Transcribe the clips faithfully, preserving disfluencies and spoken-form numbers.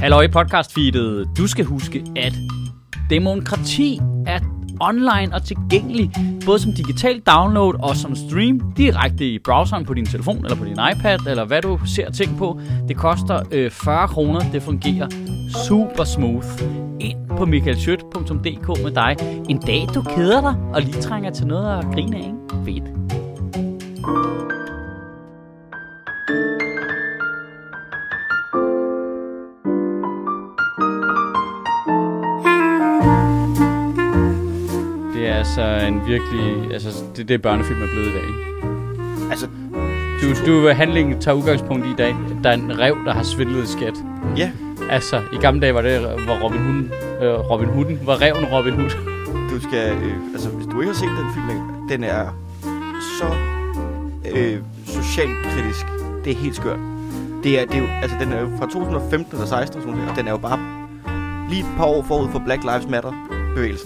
Halløj podcastfeedet. Du skal huske, at demokrati er online og tilgængelig, både som digital download og som stream direkte i browseren på din telefon eller på din iPad, eller hvad du ser ting på. Det koster øh, fyrre kroner. Det fungerer super smooth. Ind på michael schødt punktum d k med dig. En dag du keder dig og lige trænger til noget at grine af, ikke? Fedt. Det er altså en virkelig... Altså, det, det er børnefilm er blevet i dag. Altså... Du, du handlingen tager udgangspunkt i dag. Der er en ræv, der har svindlet skat. Ja. Altså, i gamle dage var det, hvor Robin Hooden... Øh, Robin Hooden var ræven Robin Hood. Du skal... Øh, altså, hvis du ikke har set den film, den er så øh, socialt kritisk. Det er helt skørt. Det er, det er jo... Altså, den er jo fra to tusind og femten eller seksten og sådan noget. Den er jo bare lige et par år forud for Black Lives Matter-bevægelsen.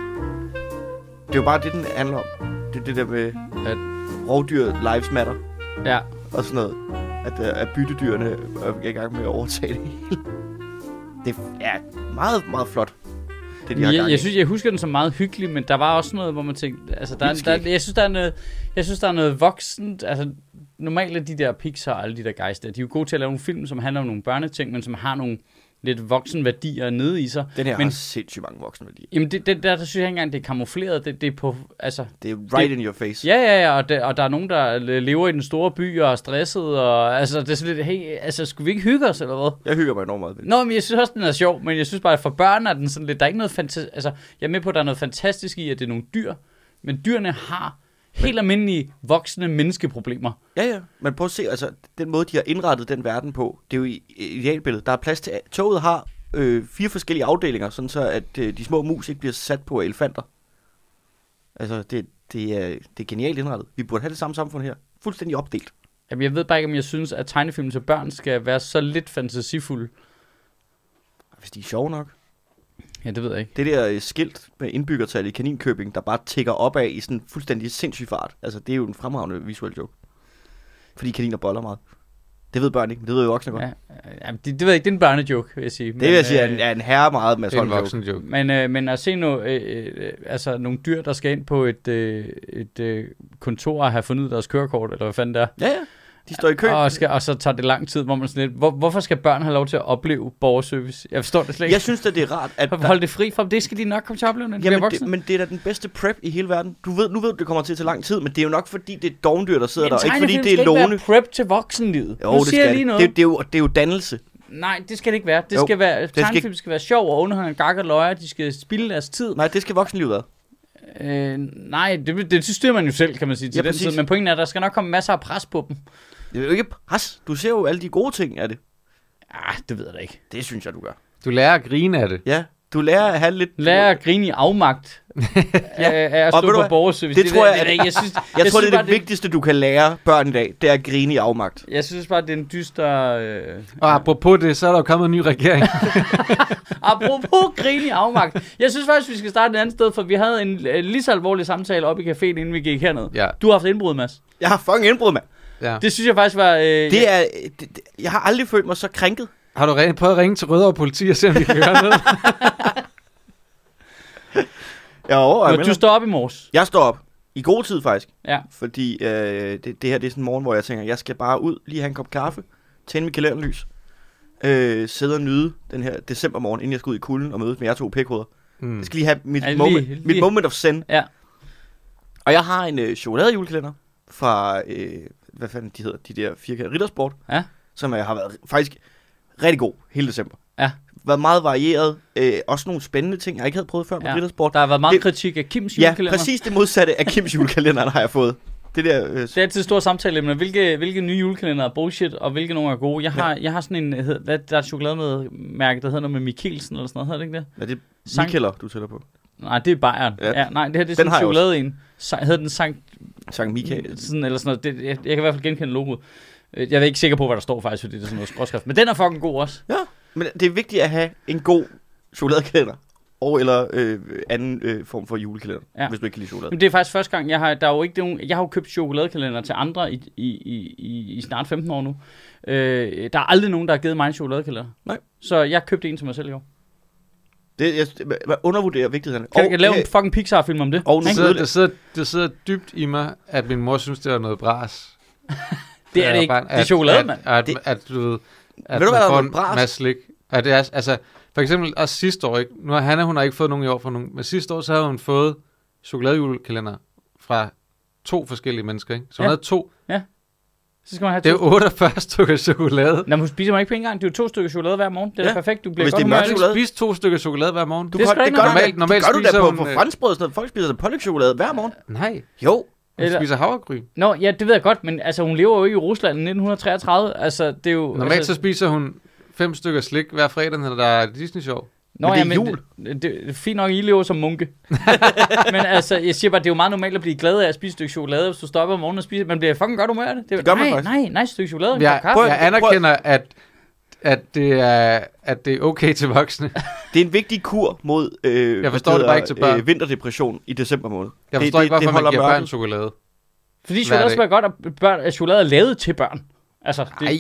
Det er jo bare det, den handler om. Det er det der med, at rovdyr lives matter. Ja. Og sådan noget. At, uh, at byttedyrene er i gang med at overtage det hele. Det er meget, meget flot. Det, de har jeg, gang i. jeg synes, jeg husker den som meget hyggelig, men der var også noget, hvor man tænkte... Altså, der, der, jeg synes, der er noget... Jeg synes, der er noget voksent... Altså, normalt er de der Pixar og alle de der gejster, de er jo gode til at lave nogle film, som handler om nogle børneting, men som har nogle... lidt voksenværdier nede i sig. Den her men, har sindssygt mange voksenværdier. Jamen, det, det, der, der synes jeg ikke engang, det er kamufleret. Det, det er på, altså... Det er right det, in your face. Ja, ja, ja, og, det, og der er nogen, der lever i den store by og er stresset, og altså, det er sådan lidt, hey, altså, skulle vi ikke hygge os, eller hvad? Jeg hygger mig enormt meget ved det. Nå, men jeg synes også, den er sjov, men jeg synes bare, at for børn er den sådan lidt, der er ikke noget fantastisk, altså, jeg er med på, at der er noget fantastisk i, at det er nogle dyr, men dyrene har helt almindelige voksne menneskeproblemer. Ja, ja. Men prøv at se, altså, den måde, de har indrettet den verden på, det er jo i idealbilledet. Der er plads til, toget har øh, fire forskellige afdelinger, sådan så, at øh, de små mus ikke bliver sat på elefanter. Altså, det, det, er, det er genialt indrettet. Vi burde have det samme samfund her. Fuldstændig opdelt. Jamen, jeg ved bare ikke, om jeg synes, at tegnefilm til børn skal være så lidt fantasifulde. Hvis de er sjove nok. Ja, det ved jeg ikke. Det der øh, skilt med indbyggertal i Kaninkøbing, der bare tikker opad i sådan fuldstændig sindssyg fart. Altså, det er jo en fremragende visuel joke. Fordi kaniner boller meget. Det ved børn ikke, men det ved jo voksne godt. Ja, ja, det, det ved jeg ikke, det er en børnejoke, vil jeg sige. Det vil jeg sige, er en, er en herre meget med sådan en voksen joke. Men, øh, men at se no, øh, øh, altså, nogle dyr, der skal ind på et, øh, et øh, kontor og have fundet deres kørekort, eller hvad fanden det er. Ja, ja. De står i kø. Og, skal, og så tager det lang tid, hvor man sådan lidt, hvor, hvorfor skal børn have lov til at opleve borgerservice? Jeg forstår det slet ikke. Jeg synes, at det er rart, at... Hold det fri fra det, skal de nok komme til at opleve, når de bliver voksne. Det, men det er da den bedste prep i hele verden. Du ved, nu ved du, det kommer til at tage lang tid, men det er jo nok, fordi det er dovendyr, der sidder men der, ikke fordi det er låne. Men prep til voksenlivet. Jo, nu det siger skal lige det. noget. Det, det, er jo, det er jo dannelse. Nej, det skal det ikke være. Det jo, skal være, tegnefilm skal... skal være sjov og underholdende, gak og løjer, de skal spilde deres tid. Nej, det skal voksenlivet være. Øh, nej, det, det styrer man jo selv, kan man sige, til ja, den tid. Men pointen er, at der skal nok komme masser af pres på dem. Det er jo ikke pres. Du ser jo alle de gode ting af det. Ah, det ved jeg da ikke. Det synes jeg, du gør. Du lærer at grine af det. Ja, du lærer at have lidt... Lærer at grine i afmagt ja. af at stå på borgerservice. Det, det tror jeg, det, jeg, jeg, jeg, synes, jeg, jeg jeg tror, synes det er bare, det vigtigste, du kan lære børn i dag. Det er at grine i afmagt. Jeg synes bare, det er en dyster... Øh... Og apropos det, så er der jo kommet en ny regering. Apropos grine i afmagt. Jeg synes faktisk, vi skal starte et andet sted, for vi havde en uh, lige så alvorlig samtale oppe i caféen, inden vi gik herned. Ja. Du har haft indbrud, Mads. Jeg har fucking indbrud, mand. Ja. Det synes jeg faktisk var... Øh, det er... Det, det, jeg har aldrig følt mig så krænket. Har du re- prøvet at ringe til Rødovre Politi og se, om vi kan gøre noget? Jo, jeg du står op i morges. Jeg står op. I god tid, faktisk. Ja. Fordi øh, det, det her det er sådan en morgen, hvor jeg tænker, jeg skal bare ud, lige have en kop kaffe, tænde mit kalenderlys, øh, sidde og nyde den her decembermorgen, inden jeg skal ud i kulden og mødes med jer to pækhoveder. Mm. Jeg skal lige have mit, ja, lige, moment, lige. mit moment of zen. Ja. Og jeg har en øh, chokoladejulekalender fra, øh, hvad fanden de hedder, de der firkantede Rittersport, ja. som øh, har været faktisk rigtig god hele december. Ja. Været meget varieret. Øh, også nogle spændende ting, jeg ikke havde prøvet før med ja. Rittersport. Der har været meget det, kritik af Kims julekalender. Ja, præcis det modsatte af Kims julekalender, har jeg fået. Det, der, øh, det er altid et stort samtale, men hvilke, hvilke nye julekalender er bullshit, og hvilke nogle er gode. Jeg har, ja. jeg har sådan en, hvad, der er et chokolademærke, der hedder noget med Mikkelsen, eller sådan noget, hedder det ikke det? Ja, det er Sankt... Mikkeller, du tæller på. Nej, det er Bayern. Ja. Ja, nej, det her det er den sådan en chokolade en. Hedder den Sankt... Sankt Michael. Sådan, eller sådan noget. Det, jeg, jeg kan i hvert fald genkende logoet. Jeg er ikke sikker på, hvad der står faktisk, fordi det er sådan noget skråskrift. Men den er fucking god også. Ja, men det er vigtigt at have en god chokoladekalender. og eller øh, anden øh, form for julekalender, Ja. hvis du ikke kan lide chokolade. Men det er faktisk første gang, jeg har, der er jo ikke nogen, jeg har jo købt chokoladekalender til andre i, i, i, i, i snart femten år nu. Øh, der er aldrig nogen, der har givet mig en chokoladekalender. Nej. Så jeg købte en til mig selv i år. Det, jeg, jeg undervurderer vigtigheden. Kan jeg lave en fucking Pixar-film om det? Og nu Det Ikke? sidder, det, sidder, det sidder dybt i mig, at min mor synes, det var noget bras. Det er det ikke. Barn, Det er chokolade, mand. At, at, Det- at, at, du ved, at Ved du, hvad man der er får noget en bras? masse slik. At det er, altså, for eksempel også sidste år, ikke? Nu har Hanna, hun har ikke fået nogen i år fra nogen, men sidste år, så havde hun fået chokoladejulekalender fra to forskellige mennesker, ikke? Så hun Ja. havde to. Så skal man have Det er to. otteogfyrre stykker chokolade. Nå, men hun spiser mig ikke på en gang. Det er jo to stykker chokolade hver morgen. Det er Ja. ja. perfekt. Du bliver Hvis godt det er humør. mørk Du chokolade. kan spise to stykker chokolade hver morgen. Du Det er kan, sgu det ikke gør, noget. du, Normalt- da- normalt det gør du da spiser på, hun, på øh, franskbrød og sådan noget. Folk spiser pålægtschokolade hver morgen. Nej, Jo. hun Eller- spiser havregryn. Nå, ja, det ved jeg godt, men altså, hun lever jo ikke i Rusland i nitten treogtredive. Altså, det er jo... Normalt altså, så spiser hun fem stykker slik hver fredag, når der er Disney-show. Nå, Men det er ja, jul. Det, det, er fint nok, I lever som munke. Men altså, jeg siger bare, det er jo meget normalt at blive glad af at spise et stykke chokolade, hvis du stopper om morgenen og spiser. Man bliver fucking godt humør af det. Det, er jo- Det gør man nej, faktisk. nej, nej, et stykke chokolade. en Jeg, kop kaffe. Prøv- jeg anerkender, at, at, det er, at det er okay til voksne. Det er en vigtig kur mod øh, Jeg forstår hvad det bare ikke til børn. Øh, vinterdepression i december måned. Jeg Det- forstår det- ikke, hvorfor det man holder giver mørket. børn chokolade. Fordi Hver chokolade dag. smager godt, og, børn, at chokolade er lavet til børn. Altså, det, Nej,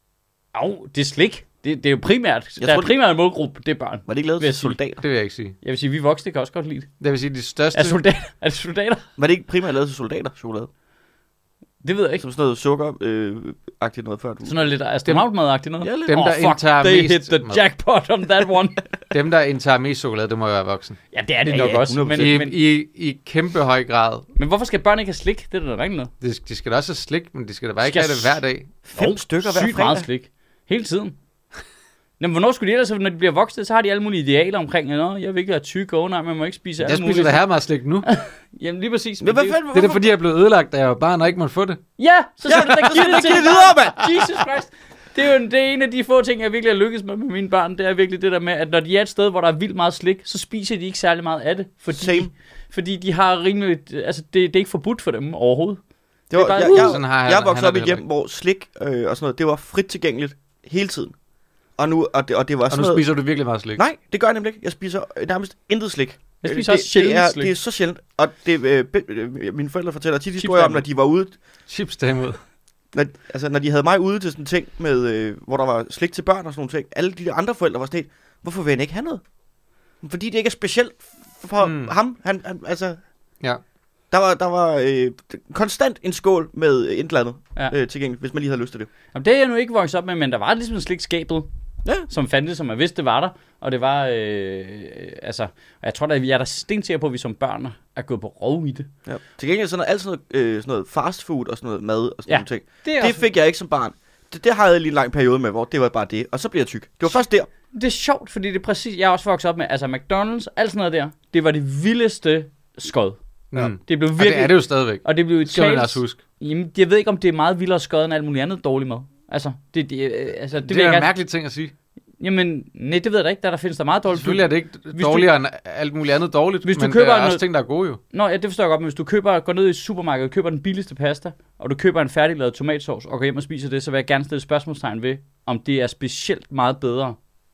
au, det er slik. Det, det er jo primært, Jeg der tror, er primært en målgruppe, det er børn. Var det ikke lavet Vil jeg til sige. soldater? det vil jeg ikke sige. Jeg vil sige, vi voksne kan også godt lide det. Det vil sige, de største... Er soldater? Er det soldater? Var det ikke primært lavet til soldater, chokolade? Det ved jeg ikke. Som sådan noget sukker-agtigt noget før. Du... Sådan noget lidt astronautmad-agtigt noget. Ja, lidt. Dem, Åh, der fuck, indtager they mest hit the mad. jackpot on that one. Dem, der indtager mest chokolade, det må jo være voksen. Ja, det er det Ja, nok ja, også. hundrede Men, I, men, i, I kæmpe høj grad. men hvorfor skal børn ikke have slik? Det er da rigtigt noget. De, de skal da også have slik, men de skal da bare ikke Skal have det hver dag. Fem Jo, stykker hver sygt fredag. meget slik. Hele tiden. Jamen, hvornår skulle de ellers, når de bliver voksne, så har de alle mulige idealer omkring, ja, nå, jeg vil ikke være tyk, og nej, man må ikke spise Jeg alle spiser mulige. da her meget slik nu. Jamen, lige præcis. Men hvad det- fanden? Det er da fordi, jeg blev ødelagt, da jeg var barn og ikke måtte få det. Ja, så skal du da give det til give det dine videre, børn. Jesus Christ. Det er jo en, det er en af de få ting, jeg virkelig har lykkes med med mine børn. Det er virkelig det der med, at når de er et sted, hvor der er vildt meget slik, så spiser de ikke særlig meget af det. Fordi, Same. fordi de har rimeligt... Altså, det, det er ikke forbudt for dem overhovedet. Det var, Det er bare- jeg, Uh, jeg, sådan har han- jeg han voksede er op i det et hjem, heller hvor slik øh, og sådan noget, det var frit tilgængeligt hele tiden. Og, nu, og, det, og det var Og sådan nu noget... spiser du virkelig meget slik. Nej, det gør jeg nemlig ikke. Jeg spiser øh, nærmest intet slik. Jeg Øh, spiser det, også sjældent det er, slik. Det er så sjældent. Og det, øh, be, øh, mine forældre fortæller tit historier om, Chipsdame. når de var ude... Chips derimod. Når, altså, når de havde mig ude til sådan en ting, med, øh, hvor der var slik til børn og sådan nogle ting. Alle de der andre forældre var sådan lidt, hvorfor vil han ikke have noget? Fordi det ikke er specielt for Mm. mm. ham. Han, han, altså, Ja. der var, der var øh, konstant en skål med et eller andet Ja. øh, tilgængeligt, hvis man lige havde lyst til det. Jamen, det er jeg nu ikke vokset op med, men der var ligesom en slikskabet, Ja. som fandtes, som jeg vidste, det var der. Og det var, øh, altså, og jeg tror da, jeg er da stensikker på, at vi som børn er gået på rov i det. Ja. Til gengæld sådan noget, alt sådan noget, øh, sådan noget fast food og sådan noget mad og sådan Ja. nogle ting. Det er, Det også, fik jeg ikke som barn. Det, det havde jeg lige en lang periode med, hvor det var bare det. Og så blev jeg tyk. Det var først der. det er sjovt, fordi det er præcis, jeg er også vokset op med, altså McDonald's, alt sådan noget der, det var det vildeste skod. Mm. Det blev Og virkelig, det er det jo stadigvæk. og det blev Det skal man talt, også huske. jamen, jeg ved ikke, om det er meget vildere skod end alt muligt andet dårligt mad. Altså, det, det, øh, altså, det, Det, vil er jeg en gerne, mærkelig ting at sige. jamen, nej, det ved jeg da ikke, der, der findes der meget dårligt. Selvfølgelig er det ikke Hvis du- dårligere end alt muligt andet dårligt, Hvis du men køber der er noget- også ting, der er gode jo. Nå, ja, det forstår jeg godt, men hvis du køber, går ned i supermarkedet og køber den billigste pasta, og du køber en færdiglavet tomatsauce og går hjem og spiser det, så vil jeg gerne stille spørgsmålstegn ved, om det er specielt meget bedre,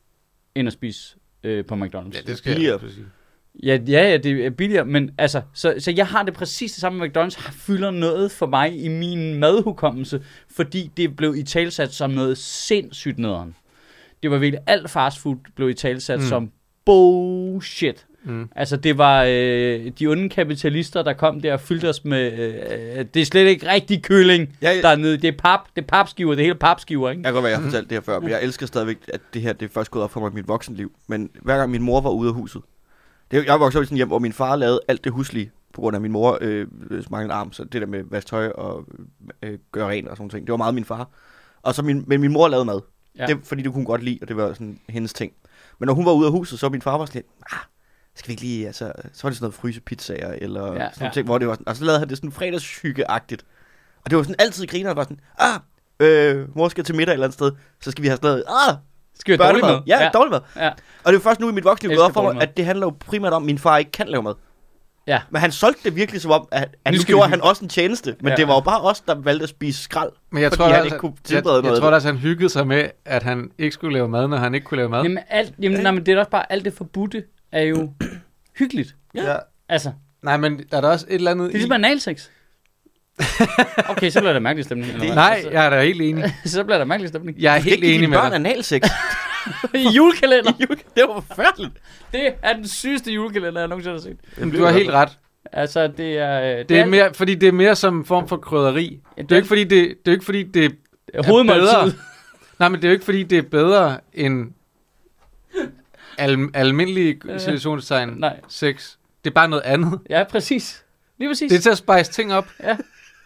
end at spise øh, på McDonald's. Ja, det skal Billigere. jeg sige. Ja, ja, ja, det er billigere, men altså, så, så jeg har det præcis det samme med McDonald's, fylder noget for mig i min madhukommelse, fordi det blev i talsat som noget sindssygt nederen. Det var virkelig, alt fast food blev i talsat Mm. mm. som bullshit. Mm. Altså, det var øh, de onde kapitalister, der kom der og fyldte os med, øh, det er slet ikke rigtig kylling Jeg, dernede, det er pap, det er papskiver, det er hele papskiver, ikke? jeg kan godt være, jeg har fortalt det her før, men jeg elsker stadigvæk, at det her det er først gået op for mig i mit voksenliv. Men hver gang min mor var ude af huset, det, jeg voksede op i sådan et hjem, hvor min far lavede alt det huslige, på grund af min mor øh, manglende arm, så det der med vask tøj og øh, gøre rent og sådan ting, det var meget min far. Og så min, men min mor lavede mad, Ja. det, fordi det kunne hun godt lide, og det var sådan hendes ting. Men når hun var ude af huset, så var min far var sådan lidt, ah, skal vi ikke lige, altså, så var det sådan noget frysepizzaer, eller Ja, ja, sådan ja. ja. ting, hvor det var sådan, og så lavede han det sådan fredagshygge-agtigt. Og det var sådan altid griner, og var sådan, ah, øh, mor skal til middag et eller andet sted, så skal vi have sådan noget, ah, Skal vi have dårlig børnemad. mad? Ja, ja. dårlig mad. Ja. Og det er først nu i mit voksenliv Elsker gået op for dårlig mig, mad. at det handler jo primært om, at min far ikke kan lave mad. Ja. Men han solgte det virkelig som om, at, at Nu nu skal gjorde vi- han også en tjeneste. Men Ja. ja. det var jo bare os, der valgte at spise skrald. Men jeg Fordi tror, han han ikke ikke kunne jeg, tilberede jeg, noget jeg af tror det. også, han hyggede sig med, at han ikke skulle lave mad, når han ikke kunne lave mad. Jamen, alt, jamen, nej, men det er også bare alt det forbudte. er jo hyggeligt. Ja. Altså, Nej, men der er der også et eller andet det er ligesom analsex. Okay, så bliver der mærkelig stemning. Eller hvad? Nej, Så- jeg er da helt enig. Så bliver der mærkelig stemning. Jeg er Du skal helt ikke give enig dine med børn dig. analsex. I julekalender. Det var forfærdeligt. Det er den sygeste julekalender, jeg nogensinde har set. Men du har helt ret. Altså, det er... Det, Det er mere, fordi det er mere som en form for krydderi. Det er jo ikke fordi, det, det er jo ikke fordi, det er hovedmåltid. bedre. Nej, men det er jo ikke fordi, det er bedre end al- almindelig situationstegn Nej. sex. Det er bare noget andet. Ja, præcis. Lige præcis. Det er til at spice ting op. Ja.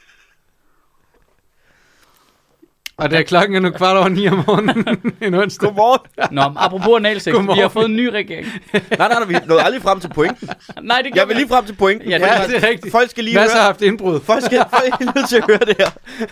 Og det er klokken er nu kvart over ni om morgenen en onsdag. Godmorgen. Nå, men apropos analsex, vi Godmorgen. har fået en ny regering. Nej, nej, nej, vi nåede aldrig frem til pointen. Nej, det kan Jeg vil lige frem til pointen. Ja, det Ja, det er rigtigt. Folk skal lige Masser har høre. haft indbrud. Folk skal folk er nødt til at høre det her.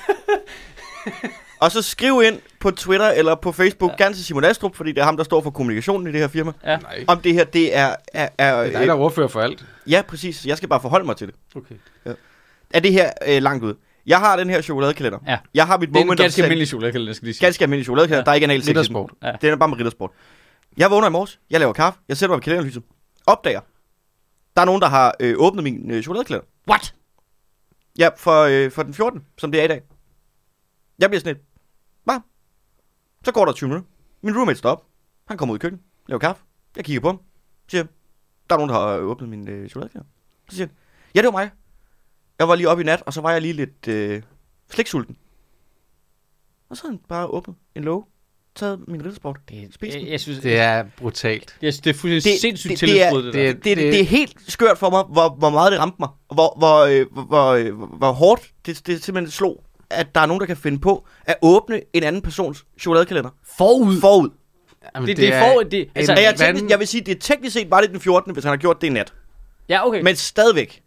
Og så skriv ind på Twitter eller på Facebook, ja. Gerne til Simon Astrup, fordi det er ham, der står for kommunikationen i det her firma. Ja. Nej, Om det her, det er... er, er det er dig, der er ordfører for alt. ja, præcis. Jeg skal bare forholde mig til det. Okay. Er det her øh, langt ud? Jeg har den her chokoladekalender. Ja. Jeg har mit Det er en moment of ganske zen. almindelig chokoladekalender, skal lige sige. Ganske almindelig chokoladekalender. Ja. Der er ikke analsex i den. Riddersport. Ja. Den er bare med riddersport. Jeg vågner i morges. Jeg laver kaffe. Jeg sætter mig ved kalenderlyset. Opdager. Der er nogen, der har øh, åbnet min øh, chokoladekalender. What? Ja, for, øh, for den fjortende, som det er i dag. Jeg bliver sådan lidt. Bare. Så går der tyve minutter. Min roommate står op. Han kommer ud i køkkenet. Laver kaffe. Jeg kigger på ham. Siger, der er nogen, der har åbnet min øh, chokoladekalender. Så siger han, ja, det var mig. Jeg var lige oppe i nat, og så var jeg lige lidt øh, sliksulten. Og så har han bare åbnet en låge. Taget min riddersport. Det, Spis jeg, den. jeg synes, Det er brutalt. jeg synes, det er fuldstændig Det- sindssygt det- det er- tillidsbrud, det, det der. er- Det, det, det er helt skørt for mig, hvor, hvor meget det ramte mig. Og hvor, hvor, øh, hvor, hvor, øh, hvor hårdt det, det simpelthen slog, at der er nogen, der kan finde på at åbne en anden persons chokoladekalender. Forud. Forud. Jamen, Det, det er for... Det, altså, Og jeg, vand- teknisk, jeg vil sige, det er teknisk set bare det den fjortende, hvis han har gjort det i nat. ja, okay. Men stadigvæk.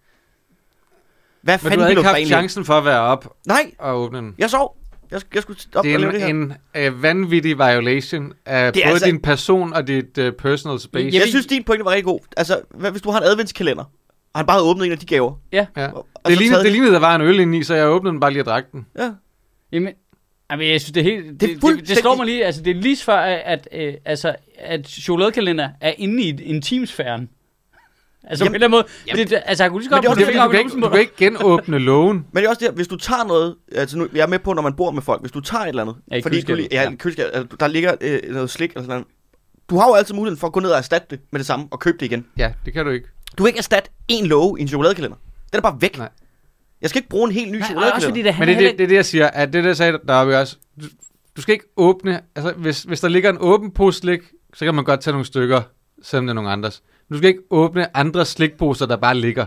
Hvad Men du fanden har vil ikke du haft bane? chancen for at være op Nej, og åbne den. jeg sov. Jeg, jeg skulle op Det og lave er det en, her. en uh, vanvittig violation af Det er både altså- din person og dit uh, personal space. Jeg Jeg ved- synes, din pointe var rigtig god. Altså, hvad, hvis du har en adventskalender, og han bare havde åbnet en af de gaver. Ja. Ja. Og, og Det, så lignede, taget det lignede, der var en øl inde i, så jeg åbnede den bare lige og drak den. Ja. Jamen, jamen, jeg synes, det er helt... Det, Det er det, det, fuldstændig- det slår mig lige... Altså, det er lige så før, at, at, øh, altså, at chokoladekalender er inde i intimsfæren. Altså, Jamen- på en eller anden måde... Det, det, altså, jeg kunne lige så Men godt det er putte også fingeren Du kan op i ikke, numsen du på kan dig. ikke genåbne lågen. Men det er også det, hvis du tager noget, altså nu, jeg er med på, når man bor med folk, hvis du tager et eller andet, Ja, i fordi du, køleskabet, lige- ja, ja. i køleskabet, altså, der ligger øh, noget slik eller sådan noget. Du har jo altid muligheden for at gå ned og erstatte det med det samme, og købe det igen. Ja, det kan du ikke. Du vil ikke erstatte en låge i en chokoladekalender. Den er bare væk. Nej. Jeg skal ikke bruge en helt ny Nej, og også chokoladekalender. fordi det Men handler det, er heller det, det er det, jeg siger, at det der sagde deroppe også. Du, du skal ikke åbne, altså hvis, hvis der ligger en åben pose slik, så kan man godt tage nogle stykker, selvom det er nogle andres. Du skal ikke åbne andre slikposer, der bare ligger.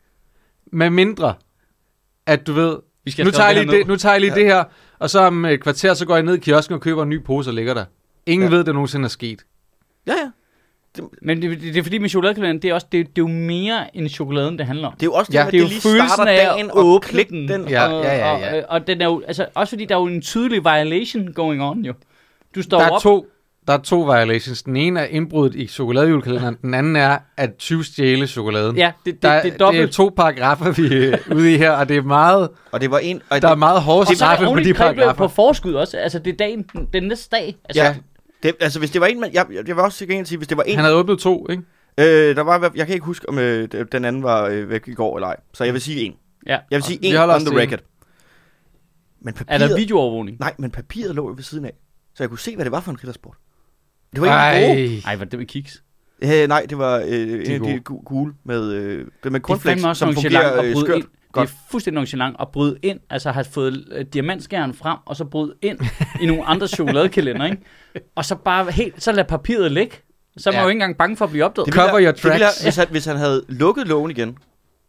Med mindre, at du ved, Vi skal nu skrive tager, jeg det lige her det, ned. nu tager jeg lige ja. det her, og så om et kvarter, så går jeg ned i kiosken og køber en ny pose og ligger der. Ingen Ja. ved, det nogensinde er sket. Ja, ja. Men det, det, det er fordi med chokoladekalenderen, det er også det, det er jo mere end chokoladen, det handler om. Det er jo også det, Ja, ja, at Det er det jo lige følelsen starter af dagen at og åbne klikke den. den. Ja, og, ja, ja, Og, ja. og, og den er jo, altså, også fordi der er jo en tydelig violation going on jo. Du står Der er, op. to, der er to violations. Den ene er indbruddet i chokoladejulekalenderen. Den anden er at tyve stjæle chokoladen. Ja, det, det, Der, det, det er dobbelt. det er to paragrafer, vi er ude i her, og det er meget, Og det var en... Og der er det, meget hårde Og så er straffe det på oven de i købet paragrafer. på forskud også. Altså, det er dagen, den næste dag. Altså, ja, det, altså hvis det var en, man, jeg, jeg, jeg vil også til gengæld sige, hvis det var en... Han havde åbnet to, ikke? Øh, der var, jeg kan ikke huske, om øh, den anden var øh, væk i går eller ej. Så jeg vil sige en. Ja. Jeg vil sige Vi en holder on os the til en. record. Men Er papiret... der videoovervågning? Nej, men papiret lå jo ved siden af. Så jeg kunne se, hvad det var for en riddersport. Det var ikke en gode. Ej, Ej, var det med kiks? Øh, nej, det var øh, en af de gode. gu- gule med, øh, det med Det er cornflakes, fandme også som nonchalant fungerer at øh, bryde skørt. ind. Det Godt. er fuldstændig nonchalant at bryde ind, altså have fået øh, diamantskæren frem, og så bryde ind i nogle andre chokoladekalender, ikke? Og så bare helt, så lad papiret ligge. Så er man Ja. jo ikke engang bange for at blive opdaget. Det ville Cover jeg- your det ville jeg- tracks. hvis, han, hvis han havde lukket lågen igen,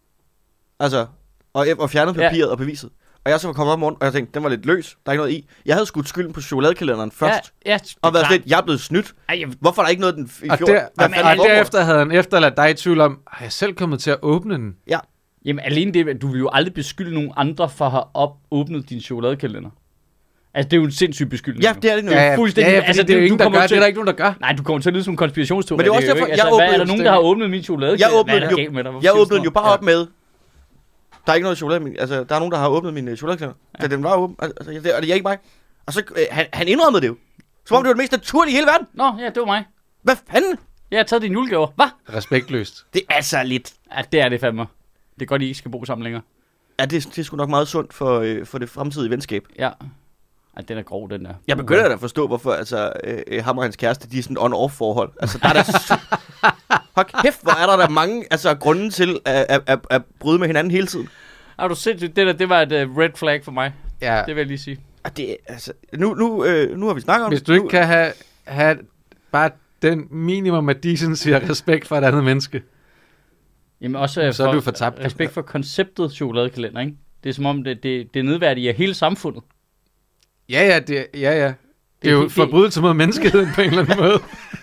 altså, og, og fjernet Ja. papiret og beviset, og jeg så var kommet op om morgenen, og jeg tænkte, den var lidt løs, der er ikke noget i. Jeg havde skudt skylden på chokoladekalenderen først, Ja, ja, det er og været klart. lidt, jeg er blevet snydt. Ej, jeg, Hvorfor er der ikke noget den i og, fjorten? der, Hvad og, fanden og foregår der? derefter havde han efterladt dig i tvivl om, har jeg selv kommet til at åbne den? jamen alene det, at du vil jo aldrig beskylde nogen andre for at have op, åbnet din chokoladekalender. Altså, det er jo en sindssyg beskyldning. Ja, jo. det er det nu. Ja, ja. fuldstændig- Ja, ja, altså, altså, det er jo det- ingen, du der kommer gør. til- Det er der ikke nogen, der gør. Nej, du kommer til at lyde som en konspirationsteori. Men det er også jo derfor, ikke- jeg altså, hvad, er åbnede der nogen, jo der har fuldstændig- åbnet min chokoladekalender? Jeg Hvad er åbnede der jo- galt med dig? Hvorfor Jeg siger du åbnede den jo sådan bare op med, der er ikke noget chokolade, men- altså, der er nogen, der har åbnet min uh, chokoladekalender. Ja. Den var åben, altså, det, og det er ikke mig. Og så, øh, han, han indrømmede det jo. Som om det var det mest naturlige i hele verden. noget? Nå, ja, det var mig. Hvad fanden? Jeg har taget dine julegaver. Hvad? Respektløst. Det er så lidt. Ja, det er det fandme. Det er godt, I ikke skal bo sammen længere. Ja, det, det er sgu nok meget sundt for, øh, for det fremtidige venskab. Ja. Ja, den er grov, den der. Jeg begynder da at forstå, hvorfor altså, øh, ham og hans kæreste, de er sådan on-off forhold. Altså, der er der hold kæft, hvor er der der mange altså, grunde til at, at, at, at bryde med hinanden hele tiden. Har du set det der? Det var et uh, red flag for mig. Ja. Det vil jeg lige sige. Og det, altså, nu, nu, øh, nu har vi snakket om Hvis det. du ikke nu, kan have, have bare den minimum af decency og respekt for et andet menneske, Jamen også uh, så er for, du fortabt. respekt for konceptet chokoladekalender, ikke? Det er som om, det, det, det er nedværdigt af hele samfundet. Ja, ja, det, ja, ja. Det, det er jo det- forbrydelse mod menneskeheden på en eller anden måde.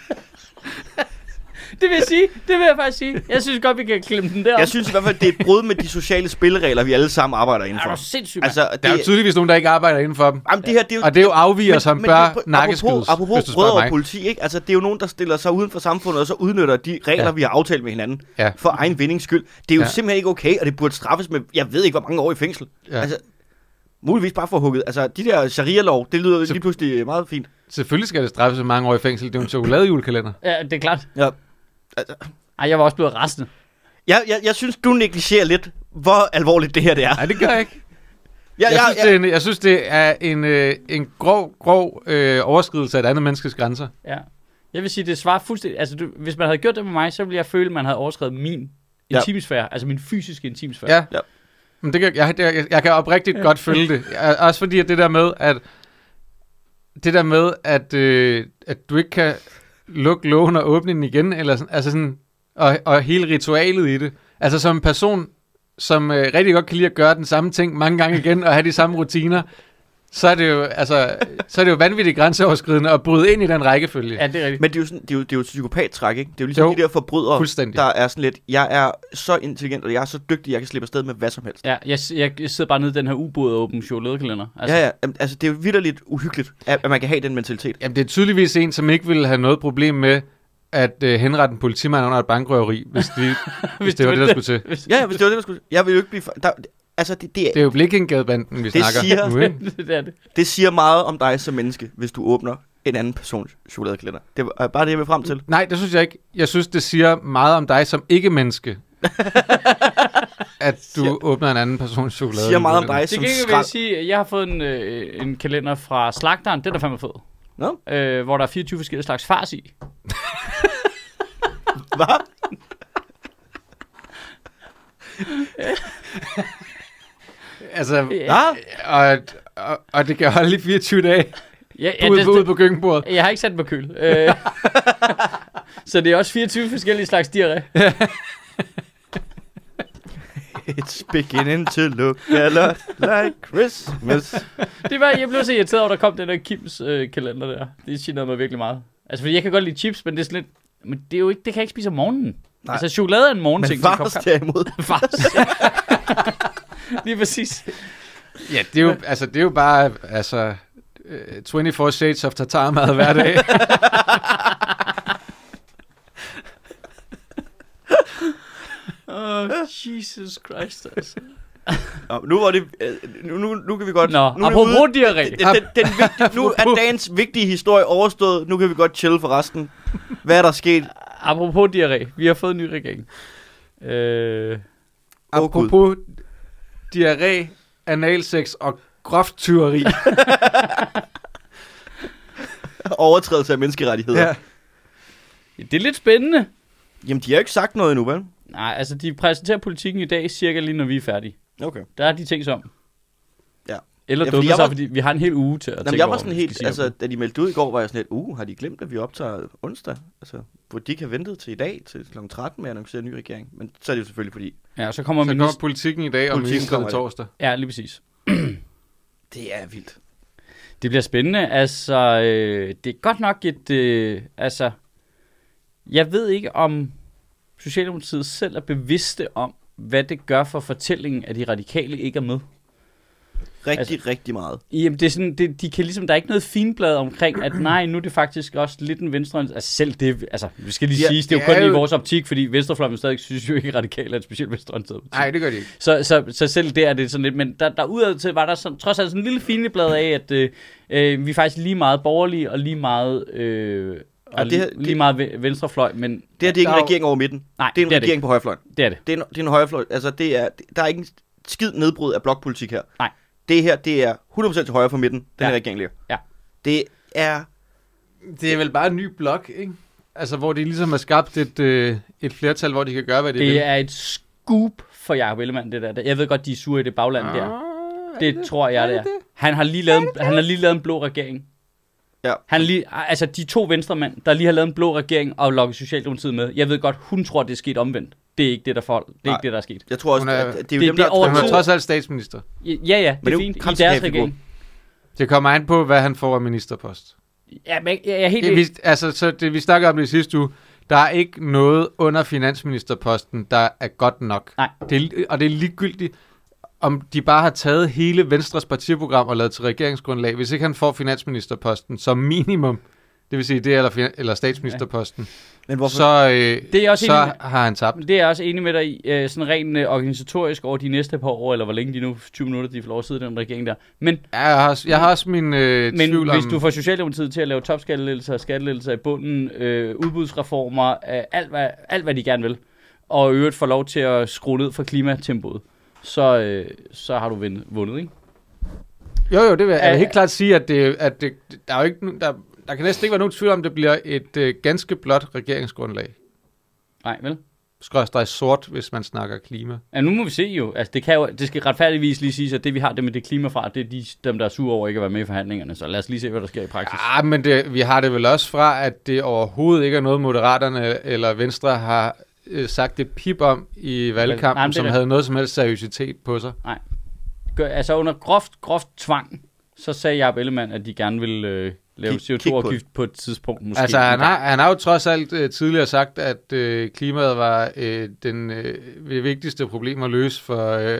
Det vil jeg sige. Det vil jeg faktisk sige. Jeg synes godt, vi kan klemme den der. jeg synes i hvert fald, det er et brud med de sociale spilleregler, vi alle sammen arbejder er indenfor. du sindssygt, mand? Altså, Der er jo det, tydeligvis nogen, der ikke arbejder inden for dem. jamen, det her, det er jo, Og det er jo afviger, men- som men bør det er- nakkeskydes, Apropos, apropos hvis du brødre spørger og mig. politi, ikke? Altså, det er jo nogen, der stiller sig uden for samfundet, og så udnytter de regler, Ja. vi har aftalt med hinanden, Ja. for egen vindings skyld. Det er jo Ja. simpelthen ikke okay, og det burde straffes med, jeg ved ikke, hvor mange år i fængsel. Ja. Altså, muligvis bare for hugget. Altså, de der sharia-lov, det lyder Så- lige pludselig meget fint. Selvfølgelig skal det straffes med mange år i fængsel. Det er jo en chokoladejulekalender. Ja, det er klart. Ja. Altså, Ej, jeg var også blevet rasende. jeg, jeg, jeg synes, du negligerer lidt, hvor alvorligt det her det er. Nej, det gør jeg ikke. Ja, Jeg, ja, synes, ja. det er en, jeg synes, det er en, øh, en grov, grov øh, overskridelse af et andet menneskes grænser. Ja. Jeg vil sige, det svarer fuldstændig... Altså, du, hvis man havde gjort det med mig, så ville jeg føle, at man havde overskrevet min Ja. intimsfære. Altså min fysiske intimsfære. Ja. Ja. Men det kan, jeg, det, jeg, jeg kan oprigtigt godt følge det. Jeg, også fordi at det der med, at det der med, at, øh, at du ikke kan lukke lågen og åbne den igen, eller sådan, altså sådan, og, og hele ritualet i det. Altså som en person, som øh, rigtig godt kan lide at gøre den samme ting mange gange igen, og have de samme rutiner, så er det jo, altså, så er det jo vanvittigt grænseoverskridende at bryde ind i den rækkefølge. Ja, det er rigtigt. Men det er jo, sådan, det er jo, det er jo et psykopat-træk, ikke? Det er jo ligesom Jo, de der forbrydere, fuldstændig. der er sådan lidt, jeg er så intelligent, og jeg er så dygtig, jeg kan slippe afsted med hvad som helst. Ja, jeg, jeg, jeg sidder bare nede i den her ubåd og åbner chokoladekalender. Altså, Ja, ja. Jamen, altså, det er jo vitterligt uhyggeligt, at, at man kan have den mentalitet. Jamen, det er tydeligvis en, som ikke ville have noget problem med at øh, henrette en politimand under et bankrøveri, hvis, de, hvis det var det, der skulle til. Hvis, Ja, ja, hvis det var det, der skulle... Jeg vil jo ikke blive... Der, altså, det, det, Det er jo Blikkengadebanden, vi Det snakker siger- nu, ikke? det er det. det siger meget om dig som menneske, hvis du åbner en anden persons chokoladekalender. Det er bare det, jeg vil frem til. Nej, det synes jeg ikke. Jeg synes, det siger meget om dig som ikke-menneske, at du Siger- åbner en anden persons Det chokolade. siger meget om dig Det som kan ikke vil skrald. jeg sige, at jeg har fået en, øh, en kalender fra Slagteren. Den er fandme fed. Nå, Øh, hvor der er fireogtyve forskellige slags fars i. hvad? Altså, Ja. Ah, og, og, og det kan holde i fireogtyve dage Ja, ja, ja, ude, det, ude det, på køkkenbordet. jeg har ikke sat den på køl. Øh, så det er også fireogtyve forskellige slags diarré. it's beginning to look a lot like Christmas. Det var, jeg blev så irriteret over, at der kom den der Kims øh, kalender der. Det generede mig virkelig meget. Altså, fordi jeg kan godt lide chips, men det er sådan lidt... Men det er jo ikke, det kan jeg ikke spise om morgenen. Nej. Altså, chokolade er en Men morgenting. fars derimod. Fars. Lige præcis. Ja, det er jo, altså, det er jo bare altså, øh, toogtyve Shades of Tatar-mad hver dag. Oh, Jesus Christ, altså. Nå, nu var det... øh, Nu, nu, nu kan vi godt... Nå, nu er det apropos ude- diarré. Den, den, den vigtige, nu er dagens vigtige historie overstået. Nu kan vi godt chill for resten. Hvad er der sket? Apropos diarré. Vi har fået en ny regering. Øh, Åh, Gud. Apropos diarré, analsex og groft tyveri. Overtrædelse af menneskerettigheder. Ja. det er lidt spændende. Jamen, de har jo ikke sagt noget endnu, vel? Nej, altså de præsenterer politikken i dag cirka lige når vi er færdige. Okay. Der er de ting som. Ja. Eller Ja, ja, fordi dumme jeg sig, var- fordi vi har en hel uge til at Jamen, tænke jeg var over, sådan hvad vi helt, skal sige altså, om det. da de meldte ud i går, var jeg sådan lidt, uh, har de glemt, at vi optager onsdag? Altså, hvor de ikke have ventet til i dag, til klokken tretten med at annoncere en ny regering. Men så er det jo selvfølgelig fordi, Ja, så kommer Så minister... kommer politikken i dag, og Politikken ministeren kommer i dag. torsdag. Ja, lige præcis. det er vildt. Det bliver spændende. Altså, øh, det er godt nok et... Øh, altså, jeg ved ikke, om Socialdemokratiet selv er bevidste om, hvad det gør for fortællingen, at de radikale ikke er med. Rigtig, Altså- altså, rigtig meget. Jamen, det er sådan, det, de kan ligesom, der er ikke noget finblad omkring, at nej, nu er det faktisk også lidt en venstre... Altså selv det, altså, vi skal lige Ja, sige, det er jo det kun er i jo- vores optik, fordi venstrefløjen stadig synes jo ikke, radikale er et specielt venstreorienteret parti. Nej, det gør de ikke. Så, så, så selv der er det sådan lidt, men der, der udad til var der sådan, trods alt sådan en lille finblad af, at øh, øh, vi er faktisk lige meget borgerlige og lige meget øh, og det her, lige, lige meget ve- venstrefløj, men... Det her, det er ikke en jo- regering over midten. Nej, Det er en det er regering det. på højrefløjen. Det er det. Det er en, det er en højrefløj. Altså, det er, der er ikke en skid nedbrud af blokpolitik her. Nej. Det her, det er hundrede procent til højre for midten, den Ja. her regering ligger. Ja. Det er... Det er vel bare en ny blok, ikke? Altså, hvor de ligesom har skabt et, øh, et flertal, hvor de kan gøre, hvad de vil. Det er et scoop for Jacob Ellemann, det der. Jeg ved godt, de er sure i det bagland der. Ah, Det, det tror jeg, det er. Han har lige lavet, han har lige lavet en blå regering. Ja. Han lige, altså de to venstremænd, der lige har lavet en blå regering og lukket Socialdemokratiet med. Jeg ved godt, hun tror, det er sket omvendt. Det er ikke det, der forhold. Det er Nej. ikke det, der er sket. Jeg tror også, Hun er- at det er jo det- dem, det der... er over Han er tid. trods alt statsminister. Ja, ja, Men det er det er jo fint i deres kransekagefigur. regering. Det kommer an på, hvad han får af ministerpost. Ja, men jeg er helt... Det, vi, altså, så det, vi snakker om det i sidste uge. Der er ikke noget under finansministerposten, der er godt nok. Nej. Det er, og det er ligegyldigt, om de bare har taget hele Venstres partiprogram og lavet til regeringsgrundlag. Hvis ikke han får finansministerposten som minimum, det vil sige det eller, fin- eller statsministerposten, Men hvorfor? så, øh, Det er også så enig har han tabt. Det er jeg også enig med dig i, øh, sådan rent øh, organisatorisk over de næste par år, eller hvor længe de nu, tyve minutter, de får lov at sidde i den regering der. Men, Ja, jeg, har, også- jeg har også min øh, men tvivl hvis om... du får Socialdemokratiet til at lave topskattelettelser, skattelettelser i bunden, øh, udbudsreformer, øh, alt, hvad, alt hvad de gerne vil, og i øvrigt får lov til at skrue ned for klimatempoet, så, øh, så har du vundet, vundet, ikke? Jo, jo, det vil jeg, jeg vil Øh, helt klart sige, at, det, at det, der er jo ikke... nu- Der, der kan næsten ikke være nogen tvivl om, det bliver et øh, ganske blot regeringsgrundlag. Nej, vel? Skråstreg sort, hvis man snakker klima. Ja, nu må vi se jo. Altså, det, kan jo, det skal retfærdigvis lige sige, at det vi har det med det klima fra, det er de, dem, der er sure over ikke at være med i forhandlingerne. Så lad os lige se, hvad der sker i praksis. Ja, men det, vi har det vel også fra, at det overhovedet ikke er noget, Moderaterne eller Venstre har øh, sagt et pip om i valgkampen, Nej, men det er som det. havde noget som helst seriøsitet på sig. Gør, altså under groft, groft tvang, så sagde Jacob Ellemann, at de gerne ville øh, lave Kig- C O kig på to-afgift på et tidspunkt. Måske Altså, han engang. har, han har jo trods alt øh, tidligere sagt, at øh, klimaet var øh, den øh, vigtigste problem at løse for øh,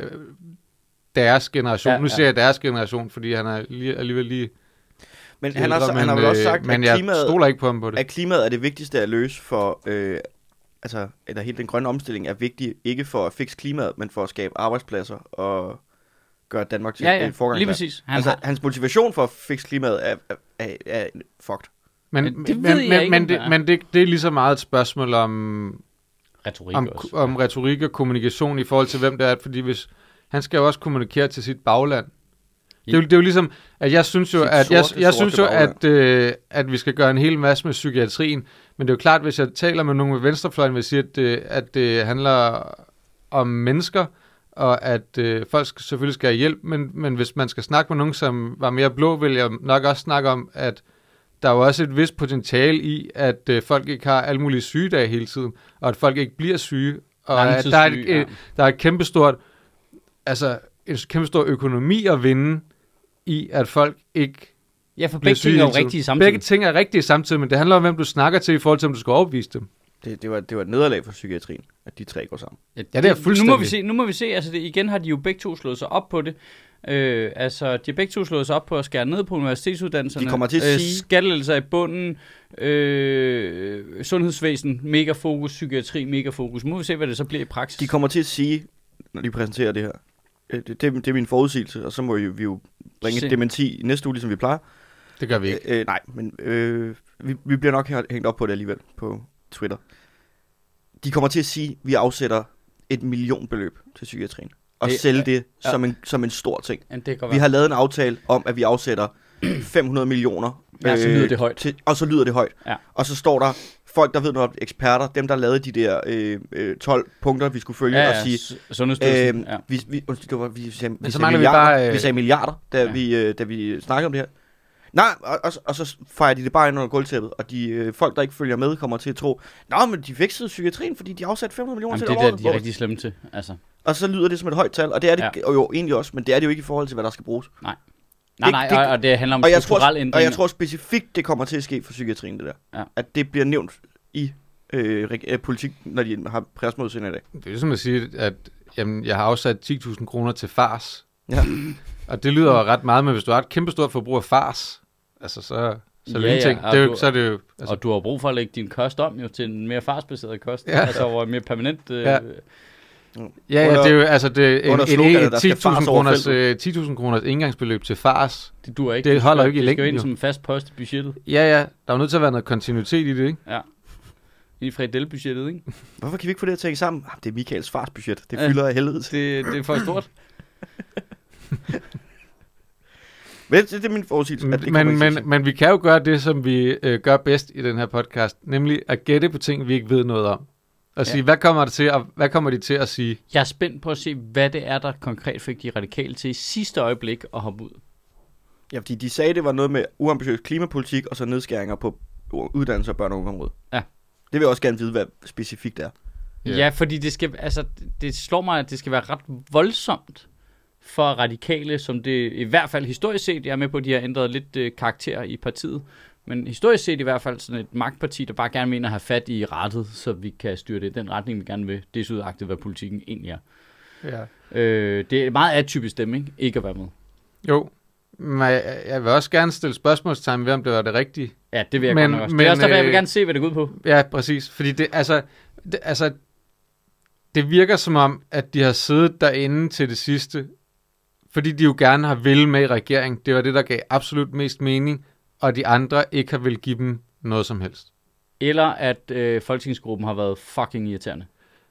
deres generation. Ja, Ja, nu ja. siger jeg deres generation, fordi han er lige, alligevel lige... Men han har, så, han har vel øh, også sagt, men at jeg klimaet, stoler ikke på ham på det. at klimaet er det vigtigste at løse for... Øh, altså, eller hele den grønne omstilling er vigtig, ikke for at fikse klimaet, men for at skabe arbejdspladser og gøre Danmark til Ja, ja, en forgangsland. lige præcis. Han Altså, har, hans motivation for at fikse klimaet er, er, er, er fucked. Men, Men men, det men, ved jeg men, ikke, men, om det, der er. men det, det er lige så meget et spørgsmål om, retorik om, også. om retorik og kommunikation i forhold til, hvem det er. Fordi hvis, han skal jo også kommunikere til sit bagland. Det er, jo, det er jo ligesom, at jeg synes jo, Sit at, jeg, sorte, jeg sorte synes jo bagland. at, øh, at vi skal gøre en hel masse med psykiatrien. Men det er jo klart, hvis jeg taler med nogen med venstrefløjen, vil jeg sige, at, det, at det handler om mennesker, og at øh, folk skal, selvfølgelig skal have hjælp. Men, men hvis man skal snakke med nogen, som var mere blå, vil jeg nok også snakke om, at der er jo også et vist potentiale i, at øh, folk ikke har alle mulige sygedage hele tiden, og at folk ikke bliver syge. Og at der er, et, Langtidssyge, ja. øh, der er et kæmpestort, altså en kæmpestor økonomi at vinde i, at folk ikke Ja, for bliver begge syge ting er jo hele tiden. rigtige samtidig. Begge ting er rigtige samtidig, men det handler om, hvem du snakker til i forhold til, om du skal overbevise dem. Det, det, var, det var et nederlag for psykiatrien, at de tre går sammen. Ja, det er fuldstændig. Nu må vi se, nu må vi se, altså det, igen har de jo begge to slået sig op på det. Øh, altså, de har begge to slået sig op på at skære ned på universitetsuddannelserne. De kommer til at øh, sige- Skattelettelser i bunden, øh, sundhedsvæsen, mega fokus, psykiatri, mega fokus. Nu må vi se, hvad det så bliver i praksis. De kommer til at sige, når de præsenterer det her, øh, det, det, det er min forudsigelse, og så må vi, vi jo bringe Se. et dementi i næste uge, ligesom vi plejer. Det gør vi ikke. Øh, øh, nej, men øh, vi, vi bliver nok hængt op på det alligevel på Twitter. De kommer til at sige, at vi afsætter et millionbeløb til psykiatrien. Og Det- sælge det ja. som, en, som en stor ting. Ja, det kan godt Vi være. har lavet en aftale om, at vi afsætter fem hundrede millioner. Ja, så lyder det højt. Til, og så lyder det højt. Ja. Og så står der folk, der ved noget om eksperter, dem der lavede de der øh, øh, tolv punkter, vi skulle følge Ja, og ja, sige, s- Sundhedsstyrelsen, Øh, ja. vi, vi, undskyld, det var, vi, sagde, vi, så sagde mangler vi milliarder, bare, øh, vi sagde milliarder, da, ja. vi, øh, da vi snakkede om det her. Nej, og, og, og så fejrer de det bare ind under gulvtæppet, og de øh, folk, der ikke følger med, kommer til at tro, nå, men de fikset psykiatrien, fordi de afsatte fem hundrede millioner Jamen, til det er om der, året. de er rigtig slemme til. Altså. Og så lyder det som et højt tal, og det er det Ja. ja. jo egentlig også, men det er det jo ikke i forhold til, hvad der skal bruges. Nej, Det- nej, det- og, og det handler om Og jeg, tror, strukturelle og ændringer. jeg tror specifikt, det kommer til at ske for psykiatrien, det der. Ja. At det bliver nævnt i øh, reg- øh, politik, når de har pressemøde i dag. Det er ligesom at sige, at jamen, jeg har afsat ti tusind kroner til fars. Ja. Og det lyder jo ret meget, men hvis du har et kæmpestort forbrug af fars, altså så, så er det Ja, ingenting. ja, og Det er jo, du- så er det jo... Altså, Og du har brug for at lægge din kost om jo til en mere farsbaseret kost. Ja. Altså over en mere permanent... Øh, Ja. Ja, ja, det er jo altså det, en, under en, sloganet, en der skal ti tusind fars over kroners, feltet. øh, ti tusind kroners indgangsbeløb til fars. Det duer ikke. Det holder skal, ikke i det skal længden, jo ind jo. som en fast post i budgettet. Ja, ja, der er jo nødt til at være noget kontinuitet i det, ikke? Ja. I frikadellebudgettet, ikke? Hvorfor kan vi ikke få det til at tænke sammen? Ah, det er Michaels fars budget. Det Ja. fylder af helvede. Det, det er for stort. Men det, det er min forudsigelse. at det kommer Men, ikke til at men, ske. men vi kan jo gøre det, som vi øh, gør bedst i den her podcast, nemlig at gætte på ting, vi ikke ved noget om. Og sige, Ja. hvad kommer, det til at, hvad kommer de til at sige? Jeg er spændt på at se, hvad det er, der konkret fik de radikale til i sidste øjeblik at hoppe ud. Ja, fordi de sagde, det var noget med uambitiøs klimapolitik, og så nedskæringer på uddannelse og børn- og ungeområdet. Ja. Det vil jeg også gerne vide, hvad specifikt er. Ja. Ja, ja fordi det skal, altså, det slår mig, at det skal være ret voldsomt for radikale, som det i hvert fald historisk set, jeg er med på, at de har ændret lidt øh, karakter i partiet, men historisk set i hvert fald sådan et magtparti, der bare gerne mener at have fat i rettet, så vi kan styre det i den retning, vi gerne vil, desudagtet, hvad politikken egentlig er. Ja. Øh, det er meget atypisk dem, ikke? Ikke at være med. Jo, men jeg, jeg vil også gerne stille spørgsmålstegn ved, om det var det rigtige. Ja, det vil jeg Men- godt nok også. men, Det er også derfor, jeg vil øh, gerne se, hvad det går ud på. Ja, præcis. Fordi det, altså, det, altså, det virker som om, at de har siddet derinde til det sidste, fordi de jo gerne har ville med i regering. Det var det, der gav absolut mest mening, og de andre ikke har vil give dem noget som helst. Eller at øh, folketingsgruppen har været fucking irriterende.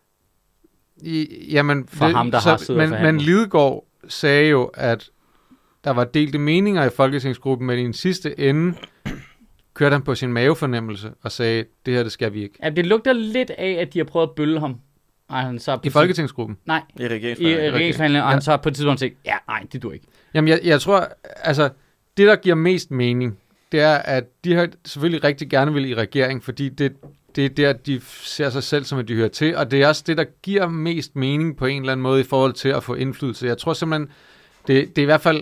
I, jamen, For ham, der har siddet og men, forhandlet. men Lidegaard sagde jo, at der var delte meninger i folketingsgruppen, men i den sidste ende kørte han på sin mavefornemmelse og sagde, det her, det skal vi ikke. Ja, det lugter lidt af, at de har prøvet at bølle ham. Ej, han så I folketingsgruppen? Nej, I i regeringsforhandlingerne. regeringsforhandlingen, og Ja. han så på et tidspunkt tænkte, ja, nej, det dur ikke. Jamen, jeg, jeg tror, altså, det, der giver mest mening, det er, at de har selvfølgelig rigtig gerne vil i regering, fordi det, det er der, de ser sig selv som, at de hører til, og det er også det, der giver mest mening på en eller anden måde i forhold til at få indflydelse. Jeg tror simpelthen, det, det er i hvert fald,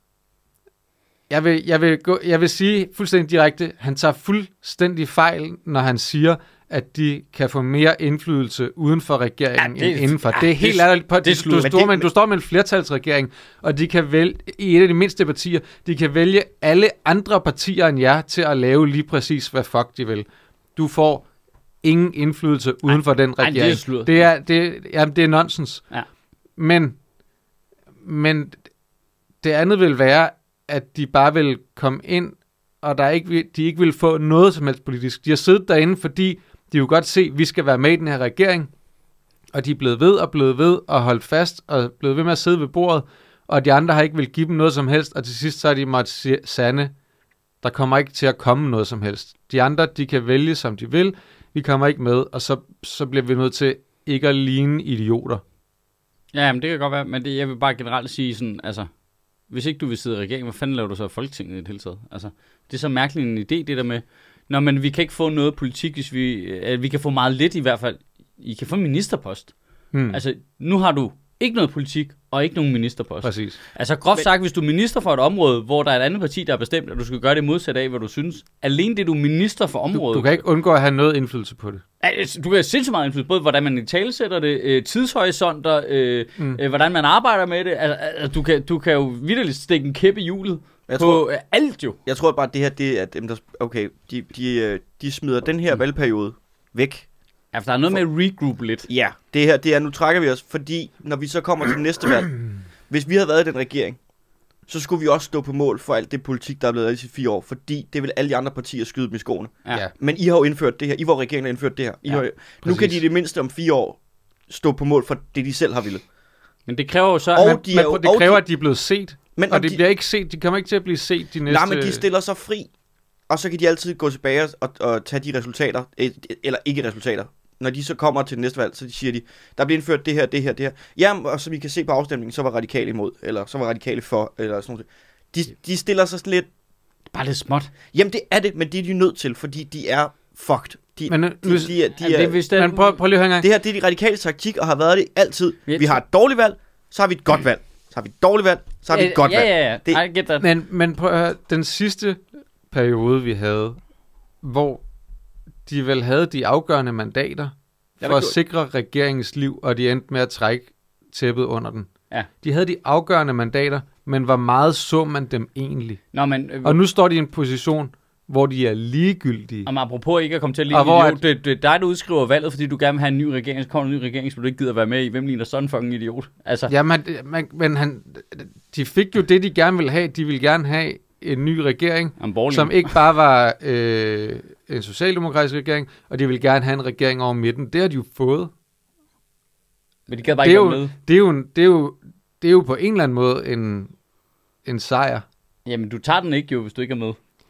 jeg vil, jeg, vil gå, jeg vil sige fuldstændig direkte, han tager fuldstændig fejl, når han siger, at de kan få mere indflydelse uden for regeringen Ja, det- end indenfor. ja, det er helt det- ærligt. På, det er du, sludder. du, Men står det- med, du står med en flertalsregering, og de kan vælge, i et af de mindste partier, de kan vælge alle andre partier end jer til at lave lige præcis, hvad fuck de vil. Du får ingen indflydelse uden for den ej, regering. det er sludder. det er, det, jamen, det er nonsens. Ja. Men, men det andet vil være, at de bare vil komme ind, og der ikke vil, de ikke vil få noget som helst politisk. De har siddet derinde, fordi de jo godt se, at vi skal være med i den her regering, og de er blevet ved og blevet ved og holdt fast, og blevet ved med at sidde ved bordet, og de andre har ikke vil give dem noget som helst, og til sidst så er de måtte sige, sande, der kommer ikke til at komme noget som helst. De andre, de kan vælge, som de vil, vi kommer ikke med, og så, så bliver vi nødt til ikke at ligne idioter. Ja, men det kan godt være, men det, jeg vil bare generelt sige sådan, altså, hvis ikke du vil sidde i regeringen, hvad fanden laver du så i Folketinget i det hele taget? Altså, det er så mærkeligt en idé, det der med, nå, men vi kan ikke få noget politik, hvis vi, øh, vi kan få meget lidt i hvert fald. I kan få en ministerpost. Hmm. Altså, nu har du ikke noget politik, og ikke nogen ministerpost. Præcis. Altså groft Men- sagt, hvis du er minister for et område, hvor der er et andet parti, der har bestemt, at du skal gøre det modsatte af, hvad du synes. Alene det, du er minister for Du, området. du kan ikke undgå at have noget indflydelse på det. Altså, du kan have sindssygt meget indflydelse, både hvordan man italesætter det, øh, tidshorisonter, øh, Mm. mm. øh, hvordan man arbejder med det. Altså, altså du, kan, du kan jo vitterligt stikke en kæppe i hjulet Jeg på tror- øh, alt jo. Jeg tror bare, at det her, det er dem, der... Okay, de, de, øh, de smider den her valgperiode væk. Ja, for der er noget med at regroup lidt. Ja, det her, det er, nu trækker vi os, fordi når vi så kommer til næste valg, hvis vi havde været i den regering, så skulle vi også stå på mål for alt det politik, der er blevet lavet i fire år, fordi det vil alle de andre partier skyde dem i skoene. Ja. Ja. Men I har jo indført det her, I hvor regeringen har indført det her. I Ja, har, nu præcis. kan de i det mindste om fire år stå på mål for det, de selv har ville. Men det kræver jo så... Og Men, de er men jo- det og kræver, de- at de er blevet set. Men Og om de, de, bliver ikke set. De kommer ikke til at blive set de næste... nej, men de stiller sig fri, og så kan de altid gå tilbage og, og tage de resultater, øh, eller ikke resultater. Når de så kommer til næste valg, så siger de, der bliver indført det her, det her, det her. Jamen, og så vi kan se på afstemningen, så var radikale imod, eller så var radikale for, eller sådan noget. De, de stiller sig sådan lidt, Bare lidt småt. jamen det er det, men det er de nødt til, fordi de er fucked. De, Men nu- de, nu- de, er, de Ja, det er, er, hvis der, Men prøv, prøv lige at høre en gang. det her, det er de radikale taktik, og har været det altid. Jeg Vi har et dårligt valg, så har vi et godt valg. Så har vi et dårligt valg, så har vi et godt ja, valg. ja, ja. Det- I get that. Men, men prøv at høre, den sidste periode, vi havde, hvor de vel havde de afgørende mandater Ja, for der at gjorde- sikre regeringens liv, og de endte med at trække tæppet under den. Ja. De havde de afgørende mandater, men hvor meget så man dem egentlig? Nå, men... Øh, Og nu står de i en position, hvor de er ligegyldige. Og apropos ikke at komme til at lide Og hvor idiot, det, det er dig, der udskriver valget, fordi du gerne vil have en ny regering, så kommer en ny regering, så du ikke gider være med i. Hvem ligner sådan fucking idiot? Altså. Ja, man, man, men han, de fik jo det, de gerne ville have. De ville gerne have en ny regering, som ikke bare var øh, en socialdemokratisk regering, og de ville gerne have en regering over midten. Det har de jo fået. Men de gad bare det ikke jo, være med. Det er, jo, det, er jo, det er jo på en eller anden måde en, en sejr. Jamen, du tager den ikke jo, hvis du ikke er med.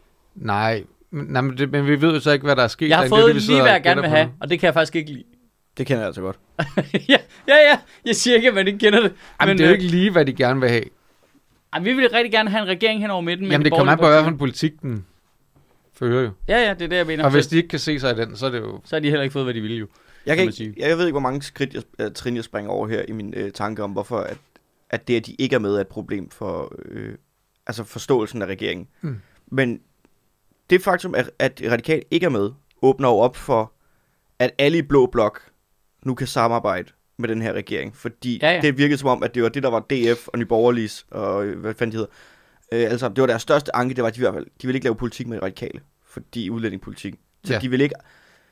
Nej, men, nej, men, det, men vi ved jo så ikke, hvad der er sket. Jeg har fået det, lige, hvad jeg gerne vil have, og det kan jeg faktisk ikke lide. Det kender jeg altså godt. ja, ja, ja. Jeg siger ikke, at man ikke kender det. Jamen, men det er jo ikke lige, hvad de gerne vil have. Ej, vi vil rigtig gerne have en regering hen over midten. Jamen, det kommer an på, hvad for en politik den fører jo. Ja, ja, det er det, jeg mener. Og hvis de ikke kan se sig i den, så er det jo... Så har de heller ikke fået, hvad de ville jo. Jeg, kan ikke, jeg ved ikke, hvor mange skridt jeg, uh, trin jeg springer over her i min uh, tanke om, hvorfor at, at det, at de ikke er med, er et problem for øh, altså forståelsen af regeringen. Mm. Men det faktum, at, at Radikal ikke er med, åbner jo op for, at alle i blå blok nu kan samarbejde med den her regering. Fordi ja, ja. det virkede som om, at det var det, der var D F og Nye Borgerliges, og hvad fanden de hedder. Øh, altså, det var deres største anke, det var, at de i hvert fald, de ville ikke lave politik med Radikale, fordi udlændingepolitik. Så ja. de ville ikke...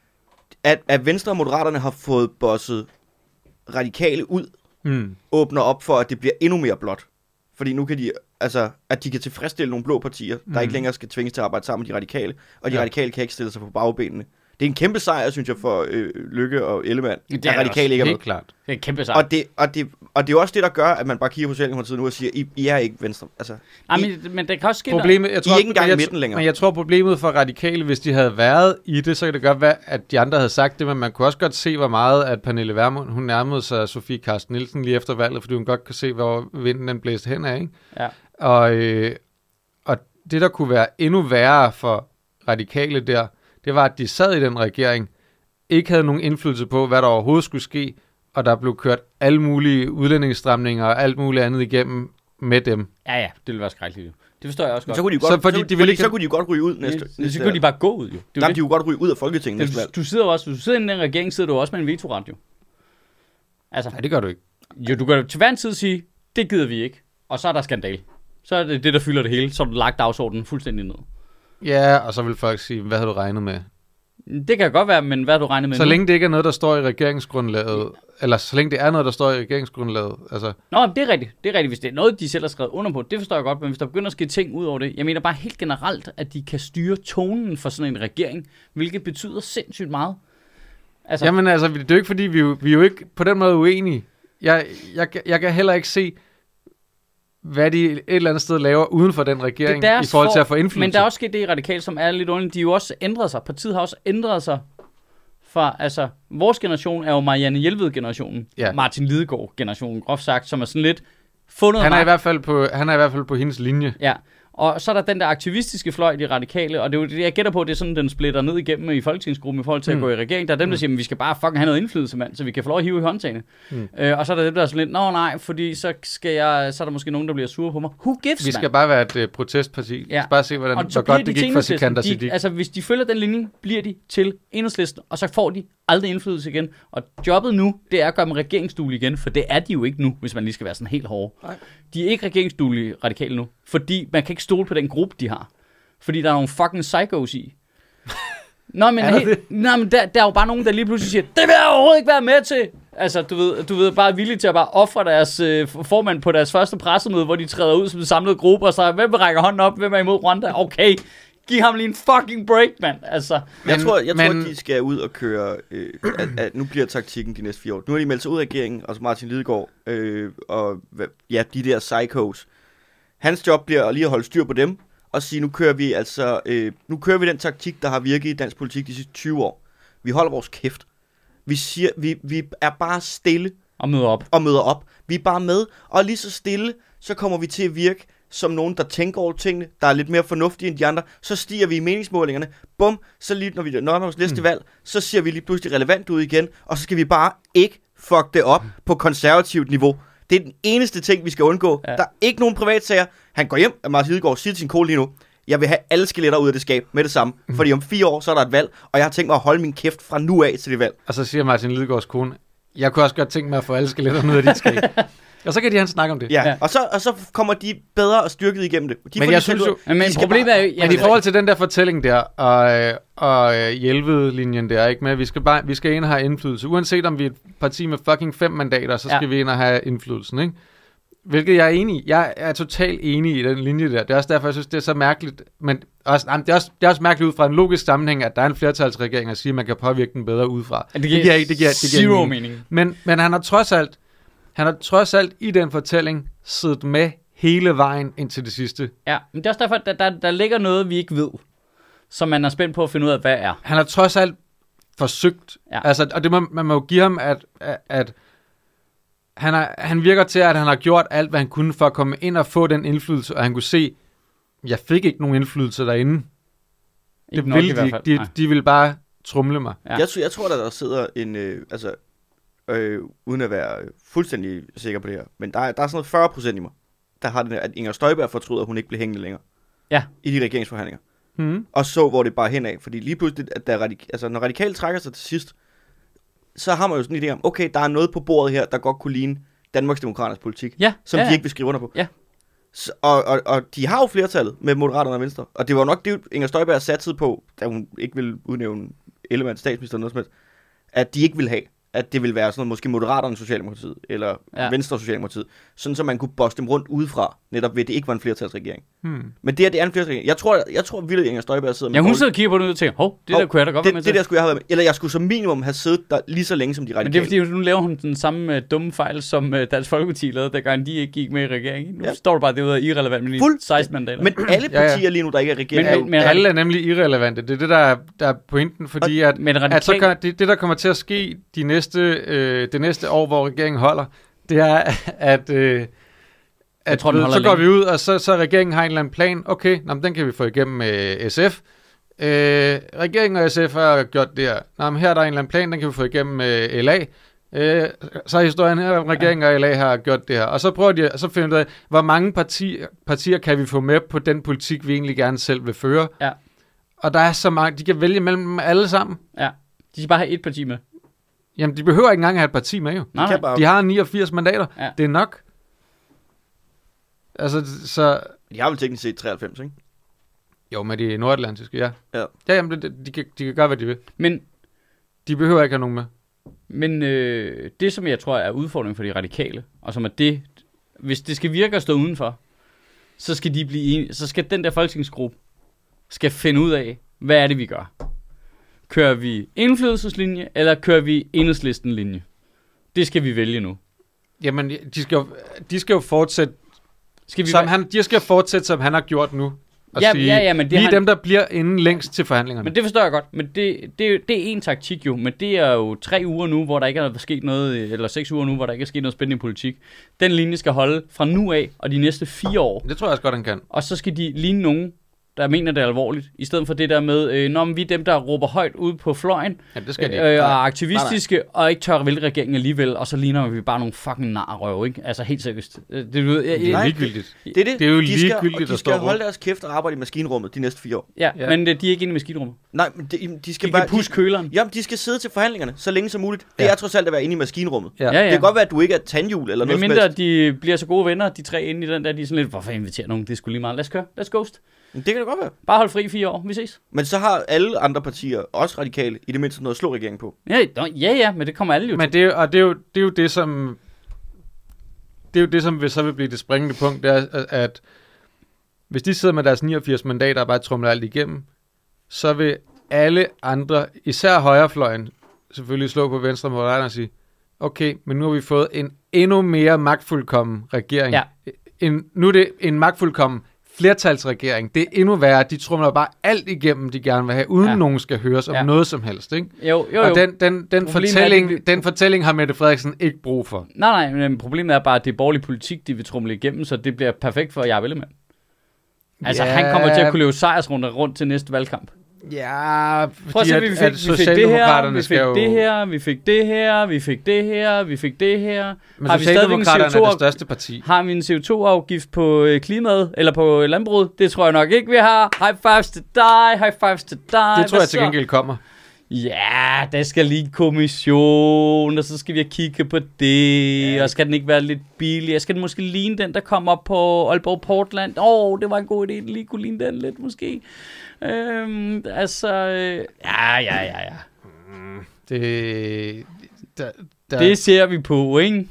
At, at Venstre og Moderaterne har fået bosset Radikale ud, mm. åbner op for, at det bliver endnu mere blåt. Fordi nu kan de, altså, at de kan tilfredsstille nogle blå partier, der mm. ikke længere skal tvinges til at arbejde sammen med de radikale, og de ja. radikale kan ikke stille sig på bagbenene. Det er en kæmpe sejr, synes jeg, for øh, Lykke og Ellemann, det er at Radikale ikke er med. Helt klart. Det er en kæmpe sejr. Og det, og, det, og det er også det, der gør, at man bare kigger på Socialdemokratiet nu og siger, I, I er ikke Venstre. Altså, Nej, I, men, men det kan også ske, problemet, jeg tror, I er ikke engang jeg, midten længere. Men jeg tror, problemet for Radikale, hvis de havde været i det, så kan det godt være, at de andre havde sagt det, men man kunne også godt se, hvor meget, at Pernille Vermund, hun nærmede sig Sofie Carsten Nielsen lige efter valget, fordi hun godt kan se, hvor vinden den blæste hen af, ikke? Ja. Og, øh, og det, der kunne være endnu værre for Radikale der, det var, at de sad i den regering, ikke havde nogen indflydelse på, hvad der overhovedet skulle ske, og der blev kørt alle mulige udlændingsstramninger og alt muligt andet igennem med dem. Ja, ja, det ville være skrækkeligt. Det forstår jeg også godt. Så kunne de, godt, så fordi så, de fordi, ikke... så kunne de godt ryge ud næste, ja, næste så kunne de bare gå ud, jo. Det Nej, de kunne godt ryge ud af Folketinget næste valg. Du sidder også, hvis du sidder i den regering, sidder du også med en vetoret, jo. Altså, Nej, det gør du ikke. Jo, du kan til hver en tid sige, det gider vi ikke, og så er der skandal. Så er det det, der fylder det hele, så har du lagt dagsordenen fuldstændig ned. Ja, og så vil folk sige, hvad har du regnet med? Det kan godt være, men hvad har du regnet med Så nu? længe det ikke er noget, der står i regeringsgrundlaget, eller så længe det er noget, der står i regeringsgrundlaget, altså... Nå, det er rigtigt. Det er rigtigt, hvis det er noget, de selv har skrevet under på. Det forstår jeg godt, men hvis der begynder at ske ting ud over det. Jeg mener bare helt generelt, at de kan styre tonen for sådan en regering, hvilket betyder sindssygt meget. Altså... Jamen altså, det er jo ikke fordi, vi er jo, vi er jo ikke på den måde uenige. Jeg, jeg, jeg kan heller ikke se, hvad de et eller andet sted laver uden for den regering, i forhold til at få indflydelse. Men der er også sket det i Radikale, som er lidt underligt. De har jo også ændret sig. Partiet har også ændret sig fra, altså, vores generation er jo Marianne Jelved-generationen, ja. Martin Lidegaard-generationen, groft sagt, som er sådan lidt fundet han er i hvert fald på Han er i hvert fald på hendes linje. Ja, og så er der den der aktivistiske fløj, de radikale, og det er jo det, jeg gætter på, det er sådan, den splitter ned igennem i folketingsgruppen i forhold til mm. at gå i regering. Der er dem, der siger, at vi skal bare fucking have noget indflydelse, mand, så vi kan få lov at hive i håndtagene. Mm. Øh, og så er der dem, der er sådan lidt, nå nej, fordi så, skal jeg, så er der måske nogen, der bliver sure på mig. Who gives, Vi skal man? bare være et uh, protestparti. Ja. Bare se, hvordan, hvor godt det gik for Sikander Siddiq. Altså, hvis de følger den linje, bliver de til Enhedslisten, og så får de aldrig indflydelse igen. Og jobbet nu, det er at gøre dem regeringsduelige igen, for det er de jo ikke nu, hvis man lige skal være sådan helt hård. Nej. De er ikke regeringsduelige radikale nu, fordi man kan ikke stole på den gruppe, de har. Fordi der er nogle fucking psychos i. Nå, men, hey, nå, men der, der er jo bare nogen, der lige pludselig siger, det vil jeg overhovedet ikke være med til. Altså, du ved, du ved bare villige til at bare ofre deres øh, formand på deres første pressemøde, hvor de træder ud som en samlet gruppe, og så hvem vil række hånden op, hvem er imod Rwanda? Okay, giv ham lige en fucking break, mand. Altså. Men, jeg tror, jeg men... tror, de skal ud og køre, øh, at, at nu bliver taktikken de næste fire år. Nu har de meldt sig ud af regeringen, og så Martin Lidegaard, øh, og ja, de der psychos. Hans job bliver lige at holde styr på dem, og sige, nu kører vi altså, øh, nu kører vi den taktik, der har virket i dansk politik de sidste tyve år. Vi holder vores kæft. Vi siger, vi, vi er bare stille. Og møder op. Og møder op. Vi er bare med, og lige så stille, så kommer vi til at virke som nogen, der tænker over tingene, der er lidt mere fornuftige end de andre. Så stiger vi i meningsmålingerne. Bum, så lige når vi når vores næste mm. valg, så ser vi lige pludselig relevant ud igen, og så skal vi bare ikke fuck det op på konservativt niveau. Det er den eneste ting, vi skal undgå. Ja. Der er ikke nogen privatsager. Han går hjem, og Martin Lidegaard siger til sin kone lige nu, jeg vil have alle skeletter ud af det skab med det samme. Mm. Fordi om fire år, så er der et valg, og jeg har tænkt mig at holde min kæft fra nu af til det valg. Og så siger Martin Lidegaards kone, jeg kunne også godt tænke mig at få alle skeletterne ud af dit skab. Og så kan de han snakke om det. Ja, Ja. Og, så, og så kommer de bedre og styrket igennem det. De Men får jeg lige synes sat- jo- Men, men de skal problemet bare- er jo... Men i forhold til den der fortælling der, og, øh, og øh, Hjelved-linjen der, ikke med, vi skal, bare, vi skal ind og have indflydelse. Uanset om vi er et parti med fucking fem mandater, så skal Ja. vi ind og have indflydelsen, ikke? Hvilket jeg er enig i. Jeg er totalt enig i den linje der. Det er også derfor, jeg synes, det er så mærkeligt. Men også, jamen, det, er også, det er også mærkeligt ud fra en logisk sammenhæng, at der er en flertalsregering, og siger, at man kan påvirke den bedre udefra. Det Det giver ikke, det giver, det giver zero ingen mening. Men, men han har trods alt, han har trods alt i den fortælling siddet med hele vejen indtil det sidste. Ja, men det er også derfor, at der, der, der ligger noget, vi ikke ved, som man er spændt på at finde ud af, hvad er. Han har trods alt forsøgt. Ja. Altså, og det må, man må jo give ham, at, at, at han, har, han virker til, at han har gjort alt, hvad han kunne for at komme ind og få den indflydelse, og han kunne se, jeg fik ikke nogen indflydelse derinde. Ikke Det nok i ville hvert de fald. ikke. De, Nej. de ville bare trumle mig. Ja. Jeg, tror- jeg tror, der, der sidder en, øh, altså, øh, uden at være øh, fuldstændig sikker på det her, men der er, der er sådan noget fyrre procent i mig, der har den, at Inger Støjberg fortryder, at hun ikke blev hængende længere. Ja. I de regeringsforhandlinger. Hmm. Og så, hvor det bare henad. Fordi lige pludselig, at der er radik- altså, når radikale trækker sig til sidst, så har man jo sådan en idé om, okay, der er noget på bordet her, der godt kunne ligne Danmarksdemokraternes politik, Ja, som ja, de ja. ikke vil skrive under på. Ja. Så, og, og, og de har jo flertallet med Moderaterne og Venstre. Og det var nok det, Inger Støjberg satsede på, da hun ikke ville udnævne Ellemann statsminister eller noget som helst, at de ikke ville have, at det ville være sådan noget, måske Moderaterne Socialdemokratiet, eller Ja. ja. Venstre Socialdemokratiet, sådan så man kunne bosse dem rundt udefra, netop ved, at det ikke var en flertalsregering. Hmm. Men det her, det er en flertalsregering. Jeg tror, jeg tror vildt, at Inger Støjberg sidder med Ja, hun dårlig- sidder og kigger på det og tænker, hov, det Hov, der kunne jeg da godt være med det, til. det der skulle jeg have været med. Eller jeg skulle som minimum have siddet der lige så længe som de Men det radikale. er fordi, nu laver hun den samme uh, dumme fejl, som uh, Dansk Folkeparti lavede, dengang de ikke gik med i regeringen. Nu Ja. står der bare, det ud af irrelevant med de Fuld- seksten mandater. Men alle Ja, ja. partier lige nu, der ikke er regering, Men- er jo, men- men- Alle er nemlig irrelevante. Det er det, der er, der er pointen, fordi at, Men at så radikal... kan, det, det, der kommer til at ske de næste, øh, det næste år, hvor regeringen holder, det er, at, øh, at tror, den ved, holder så går længe. vi ud, og så, så regeringen har en eller anden plan. Okay, nå, men den kan vi få igennem med S F. Øh, regeringen og S F har gjort det her. Nå, men her er der en eller anden plan, den kan vi få igennem med L A. Øh, så er historien her, om regeringen og L A har gjort det her. Og så prøver de, og så finder de ud af, hvor mange partier, partier kan vi få med på den politik, vi egentlig gerne selv vil føre. Ja. Og der er så mange, de kan vælge mellem dem alle sammen. Ja, de skal bare have et parti med. Jamen, de behøver ikke engang have et parti med, jo. Nej, kan nej. bare- De har niogfirs mandater. Ja. Det er nok. Altså, så... de har vel teknisk set treoghalvfems, ikke? Jo, men de nordatlantiske, ja. Ja. Ja, jamen, det, det, de, kan, de kan gøre, hvad de vil. Men, De behøver ikke have nogen med. men øh, det, som jeg tror er udfordringen for de radikale, og som er det, hvis det skal virke at stå udenfor, så skal de blive enige, så skal den der folketingsgruppe skal finde ud af, hvad er det, vi gør. Kører vi indflydelseslinje, eller kører vi enhedslistenlinje? Det skal vi vælge nu. Jamen, de skal jo, de skal jo fortsætte, Skal vi som va- han, de skal fortsætte, som han har gjort nu. Og Ja, sige, ja, ja, men det vi har er han- dem, der bliver inden længst til forhandlingerne. Men det forstår jeg godt, men det, det, det er en taktik jo, men det er jo tre uger nu, hvor der ikke er sket noget, eller seks uger nu, hvor der ikke er sket noget spændende i politik. Den linje skal holde fra nu af, og de næste fire år, Det tror jeg også godt, han kan. og så skal de ligne nogen, der mener det er alvorligt, i stedet for det der med, øh, når vi er dem, der råber højt ud på fløjen, Ja, det skal de øh, ikke. og er aktivistiske, nej, nej. og ikke tør vælge regeringen alligevel, og så ligner vi bare nogle fucking narrøv, ikke? Altså helt seriøst. Øh, Det, det, jeg, Det er Nej. ligegyldigt. Det er det. Det er jo de skal, ligegyldigt, og der de står skal på. holde deres kæft og arbejde i maskinrummet de næste fire år. ja, Ja. men øh, de er ikke inde i maskinrummet. Nej, men de, de skal De bare... kan puske køleren. Jamen, de skal sidde til forhandlingerne så længe som muligt. Det Ja. er trods alt at være inde i maskinrummet. Ja. Ja, ja. Det kan godt være, at du ikke er tandhjul eller noget Men som mindre helst. de bliver så gode venner, de tre inde i den der, de er sådan lidt, hvorfor invitere nogen? Det er sgu lige meget. Lad os køre. Let's ghost. Men det kan det godt være. Bare hold fri fire år. Vi ses. Men så har alle andre partier, også radikale, i det mindste noget at slå regeringen på. Ja, nå, ja, ja, men det kommer alle jo Men til. det, er jo- og det er, jo, det er jo det, som... Det er jo det, som vil, så vil blive det springende punkt, det er, at, at hvis de sidder med deres niogfirs mandater og bare trumler alt igennem, så vil alle andre, især højrefløjen, selvfølgelig slå på venstre Moderaterne og sige, okay, men nu har vi fået en endnu mere magtfuldkommen regering. Ja. En, nu er det en magtfuldkommen flertalsregering. Det er endnu værre. De trumler bare alt igennem, de gerne vil have, uden Ja. ja. nogen skal høres om Ja. ja. noget som helst. Ikke? Jo, jo, jo. Og den, den, den, Problemet er, fortælling, det- den fortælling har Mette Frederiksen ikke brug for. Nej, nej, men problemet er bare, at det er borgerlig politik, de vil trumle igennem, så det bliver perfekt for Jacob Ellemann. Altså, Ja. han kommer til at kunne løbe sejrsrunder rundt til næste valgkamp. Ja, Prøv at se, vi fik, vi fik det her, vi fik skal jo... det her, vi fik det her, vi fik det her, vi fik det her. Men Har vi stadigvæk en Socialdemokraterne C O to er det største parti. Har vi en C O to afgift på øh, klimaet, eller på landbruget? Det tror jeg nok ikke, vi har. High fives til dig, high fives til dig. Det tror Hvad jeg til så? gengæld kommer. Ja, der skal lige kommission, og så skal vi kigge på det, ja. Og skal den ikke være lidt billig? Skal den måske ligne den, der kom op på Aalborg Portland? Åh, oh, det var en god idé, den lige kunne ligne den lidt måske. Øhm, altså, øh, ja, ja, ja, ja. Det, der, der, det ser vi på, ikke?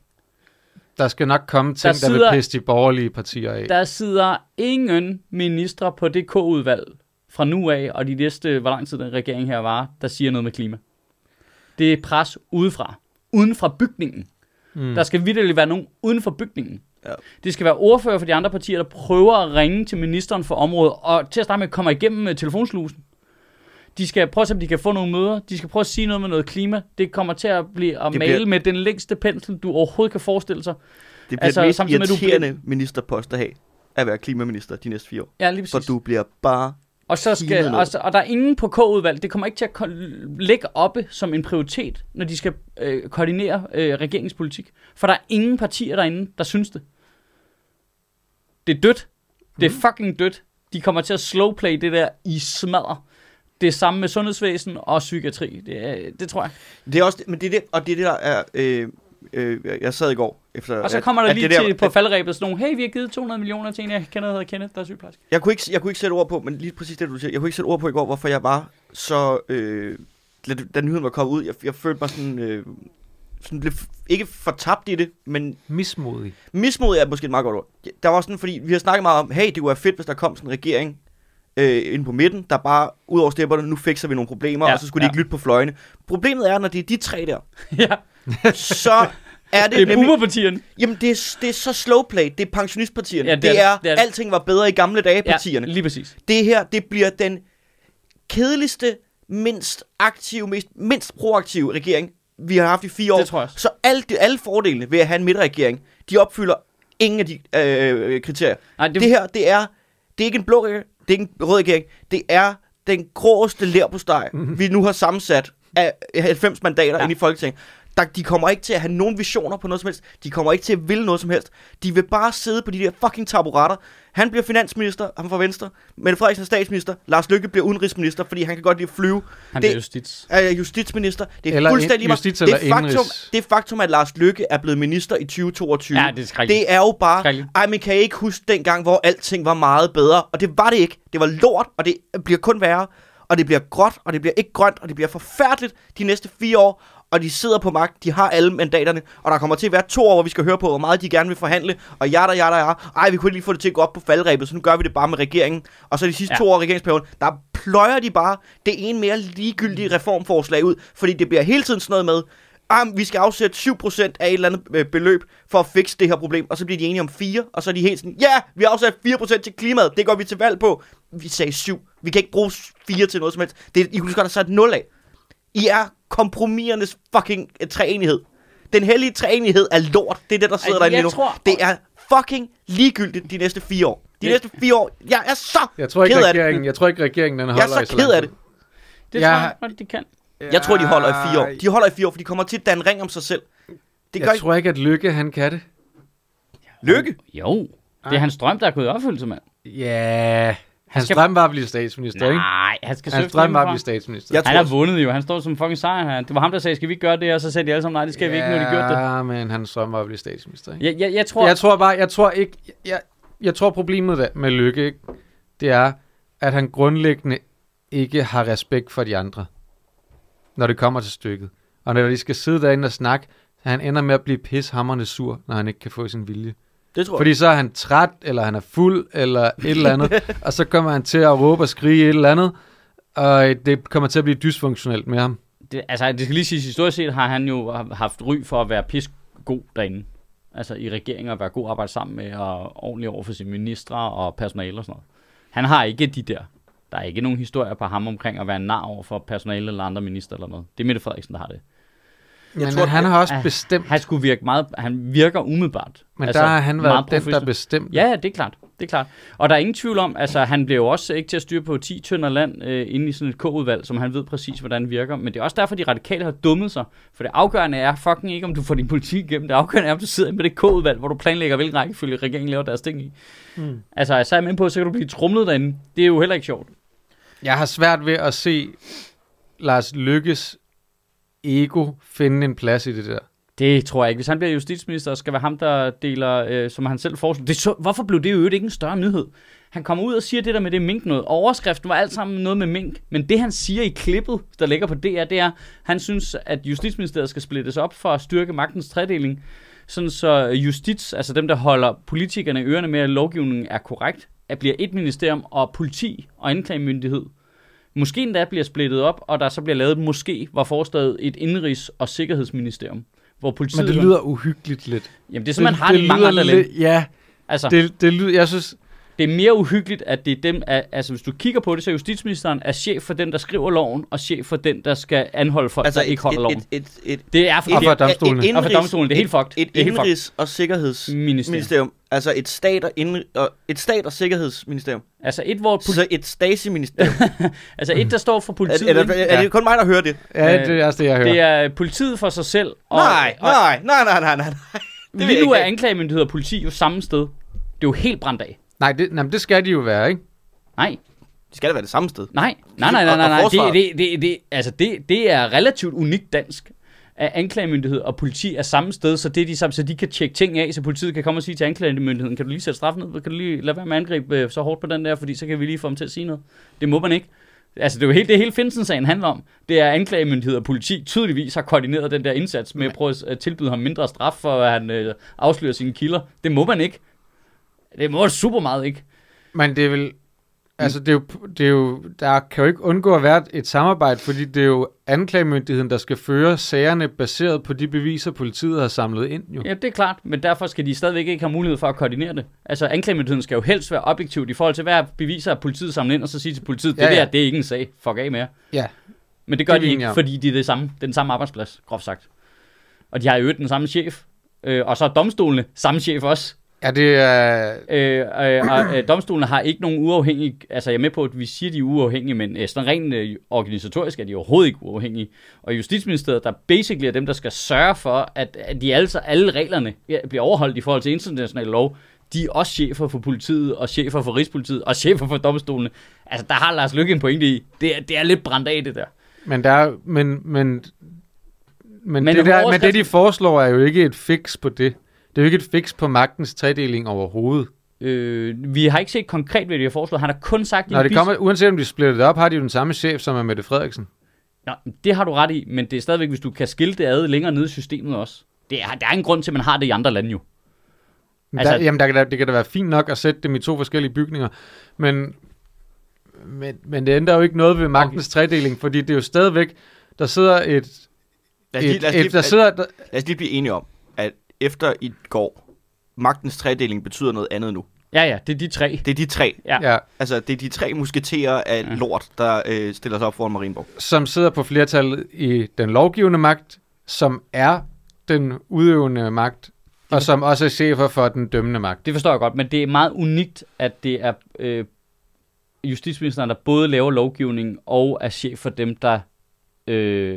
Der skal nok komme ting, der, sidder, der vil pisse de borgerlige partier af. Der sidder ingen ministre på det K-udvalg fra nu af, og de næste, hvor lang tid den regering her var, der siger noget med klima. Det er pres udefra. Uden fra bygningen. Mm. Der skal vitterligt være nogen uden for bygningen. Ja. Det skal være ordfører for de andre partier, der prøver at ringe til ministeren for området, og til at starte med kommer igennem med telefonslusen. De skal prøve at se, om de kan få nogle møder. De skal prøve at sige noget med noget klima. Det kommer til at blive at male bliver... med den længste pensel, du overhovedet kan forestille sig. Det bliver altså, mest irriterende med, du... ministerpost at have, at være klimaminister de næste fire år. Ja, lige præcis. For du bliver bare... Og, så skal, og, så, og der er ingen på K-udvalg. Det kommer ikke til at ligge oppe som en prioritet, når de skal øh, koordinere øh, regeringspolitik. For der er ingen partier derinde, der synes det. Det er dødt. Det er fucking dødt. De kommer til at slowplay det der i smadre. Det er samme med sundhedsvæsen og psykiatri. Det, er, det tror jeg. Det er også, men det er det, og det er det der er. Øh, øh, jeg sad i går efter. Og så kommer at, der lige til der, på faldrebet sådan nogle. Hey, vi har givet to hundrede millioner til en, jeg kender, der hedder Kenneth, der er sygeplejerske. Jeg kunne ikke, jeg kunne ikke sætte ord på, men lige præcis det du siger. Jeg kunne ikke sætte ord på i går, hvorfor jeg var så. Øh, da nyheden var kommet ud, jeg, jeg følte mig sådan. Øh, sådan blev ikke fortabt i det, men mismodig. Mismodig er måske et meget godt ord. Der var sådan, fordi vi har snakket meget om, hey, det kunne være fedt, hvis der kom sådan en regering øh, inde på midten, der bare, ud over stepperne, nu fikser vi nogle problemer, ja, og så skulle ja. de ikke lytte på fløjene. Problemet er, når det er de tre der, ja. så er det... Det er boomerpartierne. Jamen, det er, det er så slow play. Det er pensionistpartierne. Ja, det, det, er, er, det er alting var bedre i gamle dage, partierne. Ja, lige præcis. Det her, det bliver den kedeligste, mindst aktive, mest, mindst proaktive regering, vi har haft i fire år. Det tror jeg. Så alle, alle fordelene ved at have en midterregering, de opfylder ingen af de øh, kriterier. Nej, det... det her, det er, det er ikke en blå regering, det er ikke en rød regering, det er den gråeste lerpostej, mm-hmm. vi nu har sammensat af halvfems mandater ja. inde i Folketinget. Der, de kommer ikke til at have nogen visioner på noget som helst. De kommer ikke til at ville noget som helst. De vil bare sidde på de der fucking taburetter. Han bliver finansminister, han fra Venstre. Mette Frederiksen er statsminister. Lars Løkke bliver udenrigsminister, fordi han kan godt lide at flyve. Han bliver justits. Er justitsminister. Det er eller fuldstændig justits det, er faktum, det er faktum, at Lars Løkke er blevet minister i tyve toogtyve. Ja, det er det er jo bare... Ej, men kan I ikke huske dengang, hvor alting var meget bedre? Og det var det ikke. Det var lort, og det bliver kun værre. Og det bliver gråt, og det bliver ikke grønt, og det bliver forfærdeligt de næste fire år. Og de sidder på magt, de har alle mandaterne, og der kommer til at være to år, hvor vi skal høre på, hvor meget de gerne vil forhandle, og jada, jada, jada. Ej, vi kunne ikke lige få det til at gå op på faldrebet, så nu gør vi det bare med regeringen. Og så de sidste ja. to år af regeringsperioden, der pløjer de bare det ene mere ligegyldige reformforslag ud, fordi det bliver hele tiden sådan noget med, ah, vi skal afsætte syv procent af et eller andet beløb for at fikse det her problem, og så bliver de enige om fire, og så er de helt sådan, ja, yeah, vi har afsat fire procent til klimaet, det går vi til valg på. Vi sagde syv, vi kan ikke bruge fire til noget som helst. Det, I kunne godt have sat nul af. I er kompromisernes fucking treenighed. Den hellige treenighed er lort. Det er det, der sidder derinde lige nu. Tror... Det er fucking ligegyldigt de næste fire år. De ja. næste fire år. Jeg er så jeg tror ikke, ked af det. Jeg tror ikke, regeringen den holder i så Jeg er så ked af det. Det ja. tror jeg godt, de kan. Jeg tror, de holder i fire år. De holder i fire år, for de kommer til at danne ring om sig selv. Det jeg tror ikke, at Lykke, han kan det. Lykke? Jo. Det er hans drøm, der er gået i opfyldelse, mand. Ja... Hans skal... drøm var at blive statsminister, ikke? Nej, han skal Hans drøm var at blive statsminister. Jeg han har vundet jo. Han står som fucking sejr her. Det var ham, der sagde, skal vi ikke gøre det? Og så sagde de alle sammen, nej, det skal ja, vi ikke, nu de gjort det. Ja, men hans drøm var at blive statsminister, ikke? Jeg, jeg, jeg, tror... jeg tror bare, jeg tror ikke... Jeg, jeg tror problemet der med Lykke, ikke? Det er, at han grundlæggende ikke har respekt for de andre, når det kommer til stykket. Og når de skal sidde derinde og snakke, han ender med at blive pishamrende sur, når han ikke kan få sin vilje. Det tror jeg. Fordi så er han træt, eller han er fuld, eller et eller andet, og så kommer han til at råbe og skrige et eller andet, og det kommer til at blive dysfunktionelt med ham. Det, altså, det skal lige siges, historisk set har han jo haft ry for at være piskgod derinde. Altså i regeringen at være god at arbejde sammen med, og ordentligt over for sine ministre og personale og sådan noget. Han har ikke de der. Der er ikke nogen historier på ham omkring at være en nar over for personale eller andre minister eller noget. Det er Mette Frederiksen, der har det. Jeg men tror, han har også bestemt... Han skulle virke meget... Han virker umiddelbart. Men altså, der har han været den, der bestemt. Ja, det er klart. Det er klart. Og der er ingen tvivl om, altså han bliver jo også ikke til at styre på ti tønder land øh, inde i sådan et K-udvalg, som han ved præcis, hvordan det virker. Men det er også derfor, de radikale har dummet sig. For det afgørende er fucking ikke, om du får din politik igennem. Det afgørende er, om du sidder med det K-udvalg, hvor du planlægger, hvilken rækkefølge regeringen laver deres ting i. Mm. Altså, så er jeg med på, så kan du blive trumlet derinde. Det er jo heller ikke sjovt. Jeg har svært ved at se Lars Løkkes ego finde en plads i det der? Det tror jeg ikke. Hvis han bliver justitsminister, skal være ham, der deler, øh, som han selv foreslår. Det så, hvorfor blev det jo ikke en større nyhed? Han kommer ud og siger det der med det mink noget. Overskriften var alt sammen noget med mink. Men det han siger i klippet, der ligger på D R, det er, han synes, at Justitsministeriet skal splittes op for at styrke magtens tredeling. Sådan så justits, altså dem, der holder politikerne i ørerne med, at lovgivningen er korrekt, at bliver et ministerium og politi og anklagemyndighed. Måske endda bliver splittet op, og der så bliver lavet måske, var forestået et indrigs- og sikkerhedsministerium. Hvor politiet Men det lyder uhyggeligt lidt. Jamen det er som man har det i mange andre lande. Ja, altså, det, det lyder, jeg synes... Det er mere uhyggeligt, at det er dem, at, altså hvis du kigger på det, så er justitsministeren er chef for den, der skriver loven, og chef for den, der skal anholde folk, altså der et, ikke holder et, loven. Et, et, et, det er for, og for domstolen. Et, og for domstolen, det er helt fucked. Et, et indrigs- og sikkerhedsministerium. Altså et stat, og indri- og, et stat- og sikkerhedsministerium. Altså et, hvor... Poli- så et Stasi-ministerium. altså et, der står for politiet. Er, er, er, er det kun mig, der hører det? Ja, det er også det, jeg hører. Det er politiet for sig selv. Og, nej, og, nej, nej, nej, nej, nej. Lige nu er anklagemyndighed og politi jo samme sted. Det er jo helt brændt af. Nej, det, nej, det skal de jo være, ikke? Nej. De skal da være det samme sted. Nej, nej, nej, nej, nej, nej. Det, det, det, det, altså det, det er relativt unikt dansk, at anklagemyndighed og politi er samme sted, så det er de samme, så de kan tjekke ting af, så politiet kan komme og sige til anklagemyndigheden, kan du lige sætte straffen ned, kan du lige lade være med at angribe så hårdt på den der, fordi så kan vi lige få dem til at sige noget. Det må man ikke. Altså det er jo helt det hele Finsen-sagen handler om. Det er anklagemyndighed og politi tydeligvis har koordineret den der indsats med at prøve at tilbyde ham mindre straf for at han øh, afslører sine kilder. Det må man ikke. Det må super meget ikke. Men det er vel, altså det er jo, det er jo, der kan jo ikke undgå at være et samarbejde, fordi det er jo anklagemyndigheden, der skal føre sagerne baseret på de beviser, politiet har samlet ind. Jo. Ja, det er klart, men derfor skal de stadigvæk ikke have mulighed for at koordinere det. Altså anklagemyndigheden skal jo helst være objektivt i forhold til, hvad beviser politiet samlet ind, og så sige til politiet, det ja, ja. der, det er ikke en sag, fuck af med. Ja. Men det gør det de ikke, fordi de er det samme, det er den samme arbejdsplads, groft sagt. Og de har jo den samme chef, øh, og så er domstolene samme chef også. Ja, det er... Øh, øh, og øh, domstolen har ikke nogen uafhængige... Altså, jeg er med på, at vi siger, de er uafhængige, men øh, sådan rent øh, organisatorisk er de overhovedet ikke uafhængige. Og Justitsministeriet, der basically er dem, der skal sørge for, at, at de altså alle reglerne bliver overholdt i forhold til international lov, de er også chefer for politiet, og chefer for Rigspolitiet, og chefer for domstolene. Altså, der har Lars Løkke en pointe i. Det er, det er lidt brændt af, det der. Men der er... Men, men, men, men, det, der, men det, de foreslår, er jo ikke et fix på det. Det er jo ikke et fix på magtens tredeling overhovedet. Øh, vi har ikke set konkret, hvad de har foreslået. Han har kun sagt... Når det kommer, uanset om de splitter det op, har de jo den samme chef, som er Mette Frederiksen. Nå, det har du ret i, men det er stadigvæk, hvis du kan skille det ad længere nede i systemet også. Det er, der er en grund til, at man har det i andre lande jo. Altså, der, jamen, der, der, det kan da være fint nok at sætte dem i to forskellige bygninger, men, men, men det ændrer jo ikke noget ved magtens okay. tredeling, fordi det er jo stadigvæk, der sidder et... Lad os lige, et, lad os lige, et, der sidder, der, lad os lige blive enige om, at efter i går, magtens tredeling betyder noget andet nu. Ja, ja, det er de tre. Det er de tre. Ja. Altså, det er de tre musketerer af ja. lort, der øh, stiller sig op foran Marienborg. Som sidder på flertallet i den lovgivende magt, som er den udøvende magt, og som også er chefer for den dømmende magt. Det forstår jeg godt, men det er meget unikt, at det er øh, justitsministeren, der både laver lovgivning og er chef for dem, der øh,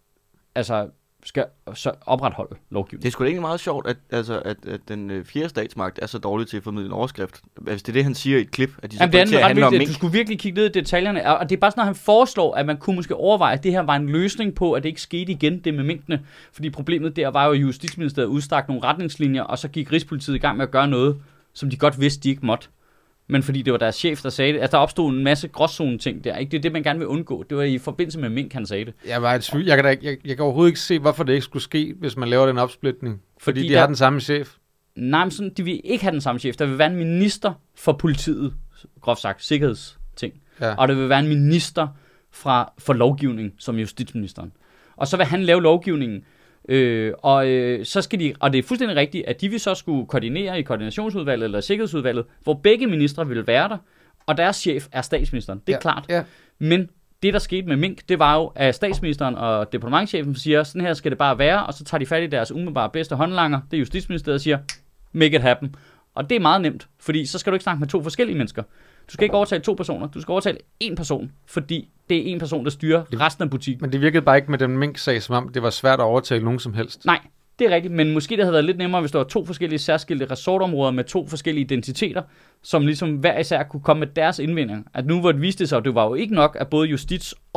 altså skal så opretholde lovgivningen. Det er sgu da egentlig meget sjovt, at, altså, at, at den øh, fjerde statsmagt er så dårlig til at formidle en overskrift. Hvis det er det, han siger i et klip, at de så Jamen, det er til at handle om mink. Du skulle virkelig kigge ned i detaljerne, og det er bare sådan, når han foreslår, at man kunne måske overveje, at det her var en løsning på, at det ikke skete igen, det med minkene. Fordi problemet der var jo, at Justitsministeriet udstak nogle retningslinjer, og så gik Rigspolitiet i gang med at gøre noget, som de godt vidste, de ikke måtte. Men fordi det var deres chef, der sagde det. Altså, der opstod en masse gråzone ting der. Ikke? Det er det, man gerne vil undgå. Det var i forbindelse med mink, han sagde det. Jeg, var et syg. jeg, kan da ikke, jeg, jeg kan overhovedet ikke se, hvorfor det ikke skulle ske, hvis man laver den opsplitning. Fordi, fordi de der... har den samme chef. Nej, men sådan, de vil ikke have den samme chef. Der vil være en minister for politiet, groft sagt, sikkerhedsting. Ja. Og der vil være en minister fra, for lovgivning, som justitsministeren. Og så vil han lave lovgivningen. Øh, og øh, så skal de, og det er fuldstændig rigtigt, at de vil så skulle koordinere i koordinationsudvalget eller sikkerhedsudvalget, hvor begge ministre vil være der, og deres chef er statsministeren. Det er ja, klart. Ja. Men det, der skete med mink, det var jo, at statsministeren og departementschefen siger, sådan her skal det bare være, og så tager de fat i deres umiddelbare bedste håndlanger, det er Justitsministeriet, og siger, make it happen. Og det er meget nemt, fordi så skal du ikke snakke med to forskellige mennesker. Du skal ikke overtale to personer, du skal overtale én person, fordi det er en person, der styrer resten af butikken. Men det virkede bare ikke med den mink-sag, som om det var svært at overtale nogen som helst. Nej, det er rigtigt, men måske det havde været lidt nemmere, hvis der var to forskellige særskilte resortområder med to forskellige identiteter, som ligesom hver især kunne komme med deres indvendinger. At nu hvor det viste sig, at det var jo ikke nok, at både justits og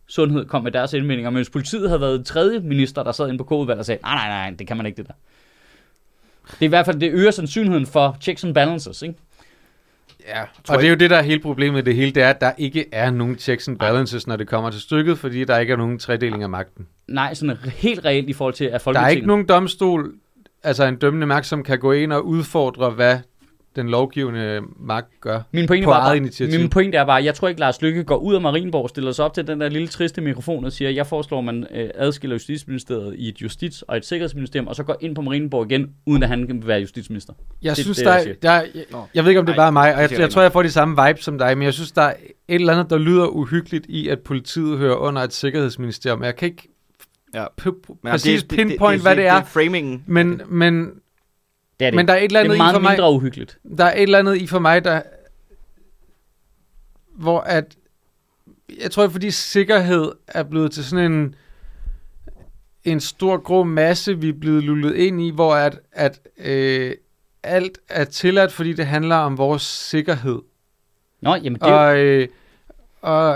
Sundhed kom med deres indvendinger, men hvis politiet havde været tredje minister, der sad inde på K-udvalget og sagde, nej, nej, nej, det kan man ikke det der. Det er i hvert fald, det øger sandsynligheden for checks and balances, ikke? Ja, og det er jo det, der er hele problemet i det hele, det er, at der ikke er nogen checks and balances, når det kommer til stykket, fordi der ikke er nogen tredeling af magten. Nej, sådan helt reelt i forhold til, at Folketinget... Der er ikke nogen domstol, altså en dømmende magt, som kan gå ind og udfordre, hvad den lovgivende magt gør min pointe på var eget bare, initiativ. Min pointe er bare, jeg tror ikke, Lars Løkke går ud af Marienborg, stiller sig op til den der lille triste mikrofon og siger, jeg foreslår, at man øh, adskiller Justitsministeriet i et justits- og et sikkerhedsministerium, og så går ind på Marienborg igen, uden at han kan være justitsminister. Jeg det, synes, det, der, jeg, er, der jeg, jeg ved ikke, om det er bare mig, og jeg, jeg tror, jeg får de samme vibes som dig, men jeg synes, der er et eller andet, der lyder uhyggeligt i, at politiet hører under et sikkerhedsministerium. Jeg kan ikke ja. p- præcis det, pinpoint, det, det, hvad det, det er, det er framingen. men, men det er det. Men der er et eller andet det er meget i for mig, mindre uhyggeligt. Der er et eller andet i for mig, der hvor at jeg tror, fordi sikkerhed er blevet til sådan en en stor grå masse, vi er blevet lullet ind i, hvor at, at øh, alt er tilladt, fordi det handler om vores sikkerhed. Nå, jamen det og, øh, og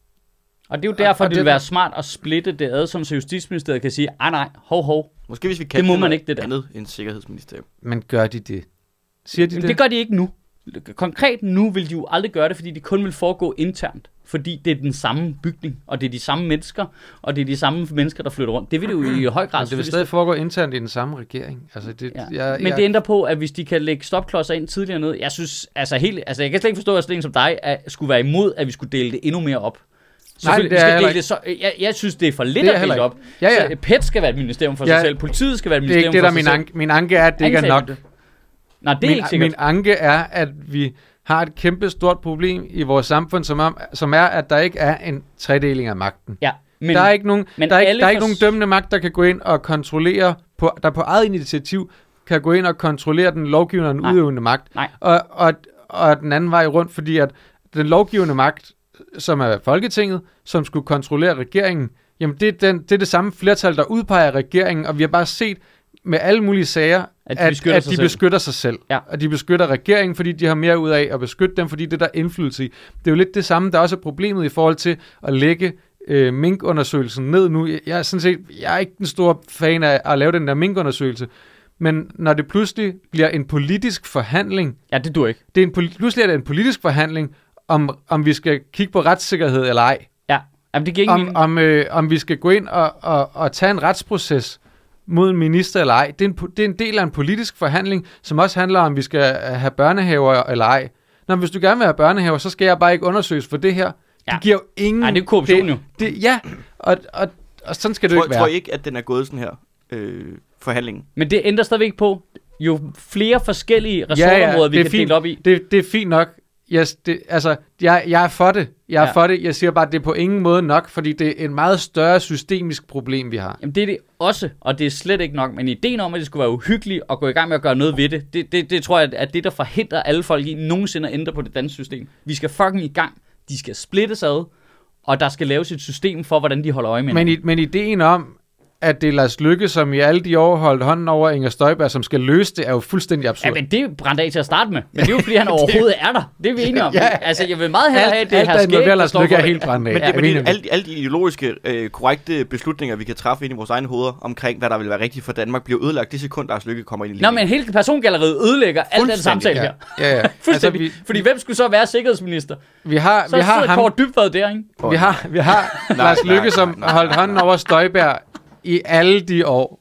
Og det er jo derfor, og det vil det, være smart at splitte det ad, som så Justitsministeriet kan sige, ah nej, hov, hov. Måske hvis vi kan det må man ikke, det der. andet end sikkerhedsministerium. Men gør de det? Siger de Jamen, det? Det gør de ikke nu. Konkret nu vil de jo aldrig gøre det, fordi det kun vil foregå internt. Fordi det er den samme bygning, og det er de samme mennesker, og det er de samme mennesker, der flytter rundt. Det vil det jo i høj grad. Men det vil stadig foregå internt i den samme regering. Altså det, ja. jeg, Men jeg, det ændrer på, at hvis de kan lægge stopklodser ind tidligere ned, jeg synes, altså helt, altså jeg kan slet ikke forstå, at sådan en som dig at skulle være imod, at vi skulle dele det endnu mere op. Nej, det vi skal er dele det så, jeg, jeg synes, det er for lidt det er at dele op. Ja, ja. Så P E T skal være et ministerium for ja, sig selv, politiet skal være et ministerium det er ikke for det, sig der min anke, min anke er, at det ikke er nok. Nej, det er min, ikke sikkert. Min anke er, at vi har et kæmpe stort problem i vores samfund, som, om, som er, at der ikke er en tredeling af magten. Ja, men, der er ikke nogen, men der er ikke, der er ikke for... nogen dømmende magt, der kan gå ind og kontrollere, på, der på eget initiativ kan gå ind og kontrollere den lovgivende og den udøvende magt. Nej. Og, og, og den anden vej rundt, fordi at den lovgivende magt, som er Folketinget, som skulle kontrollere regeringen, jamen det er, den, det er det samme flertal, der udpeger regeringen, og vi har bare set med alle mulige sager, at de at, beskytter, at sig, de beskytter sig selv. Ja. Og de beskytter regeringen, fordi de har mere ud af at beskytte dem, fordi det der er indflydelse i. Det er jo lidt det samme, der også er problemet i forhold til at lægge øh, minkundersøgelsen ned nu. Jeg er sådan set, jeg er ikke den store fan af at lave den der minkundersøgelse, men når det pludselig bliver en politisk forhandling... Ja, det dur ikke. Det er en, pludselig er det en politisk forhandling, om, om vi skal kigge på retssikkerhed eller ej. Ja, jamen det giver ikke om, om, øh, om vi skal gå ind og, og, og tage en retsproces mod en minister eller ej. Det er, en, det er en del af en politisk forhandling, som også handler om, vi skal have børnehaver eller ej. Nå, hvis du gerne vil have børnehaver, så skal jeg bare ikke undersøges for det her. Ja. Det giver jo ingen... Nej, det er korruption jo. Det, ja, og, og, og sådan skal det tror, jo ikke være. Tror I ikke, at den er gået sådan her, øh, forhandlingen? Men det ændrer stadigvæk på, jo flere forskellige ressortområder, ja, ja, vi kan fint. dele op i. Det, det er fint nok. Yes, det, altså, jeg, jeg er for det. Jeg er ja. for det. Jeg siger bare, at det er på ingen måde nok, fordi det er en meget større systemisk problem, vi har. Jamen det er det også, og det er slet ikke nok. Men ideen om, at det skulle være uhyggeligt og gå i gang med at gøre noget ved det, det, det, det tror jeg, at det, der forhindrer alle folk i nogensinde at ændre på det danske system. Vi skal fucking i gang. De skal splittes ad, og der skal laves et system for, hvordan de holder øje med men, i, men ideen om, at det er Lars Løkke, som i alle de år holdt hånden over Inger Støjberg, som skal løse det, er jo fuldstændig absurd. Ja, men det er brændt af til at starte med. Men det er jo, fordi han overhovedet er der. Det er vi enige om. Ja, altså, jeg vil meget hellere have, at det her skæg, der Lars Løkke er helt brændt af. Men, ja, det, men det er alle, alle de ideologiske, øh, korrekte beslutninger, vi kan træffe ind i vores egne hoveder, omkring, hvad der vil være rigtigt for Danmark, bliver ødelagt det sekund, Lars Løkke kommer ind i livet. Nå, men hele persongalleriet ødelægger al den samtale her. Ja, ja. ja. Fuldstændig. Altså, vi, fordi hvem skulle så være sikkerhedsminister? Vi har, så vi har ham. Kåre Dybvad der, ikke? Vi har, vi har Lars Løkke, som holdt hånden over Støjberg i alle de år.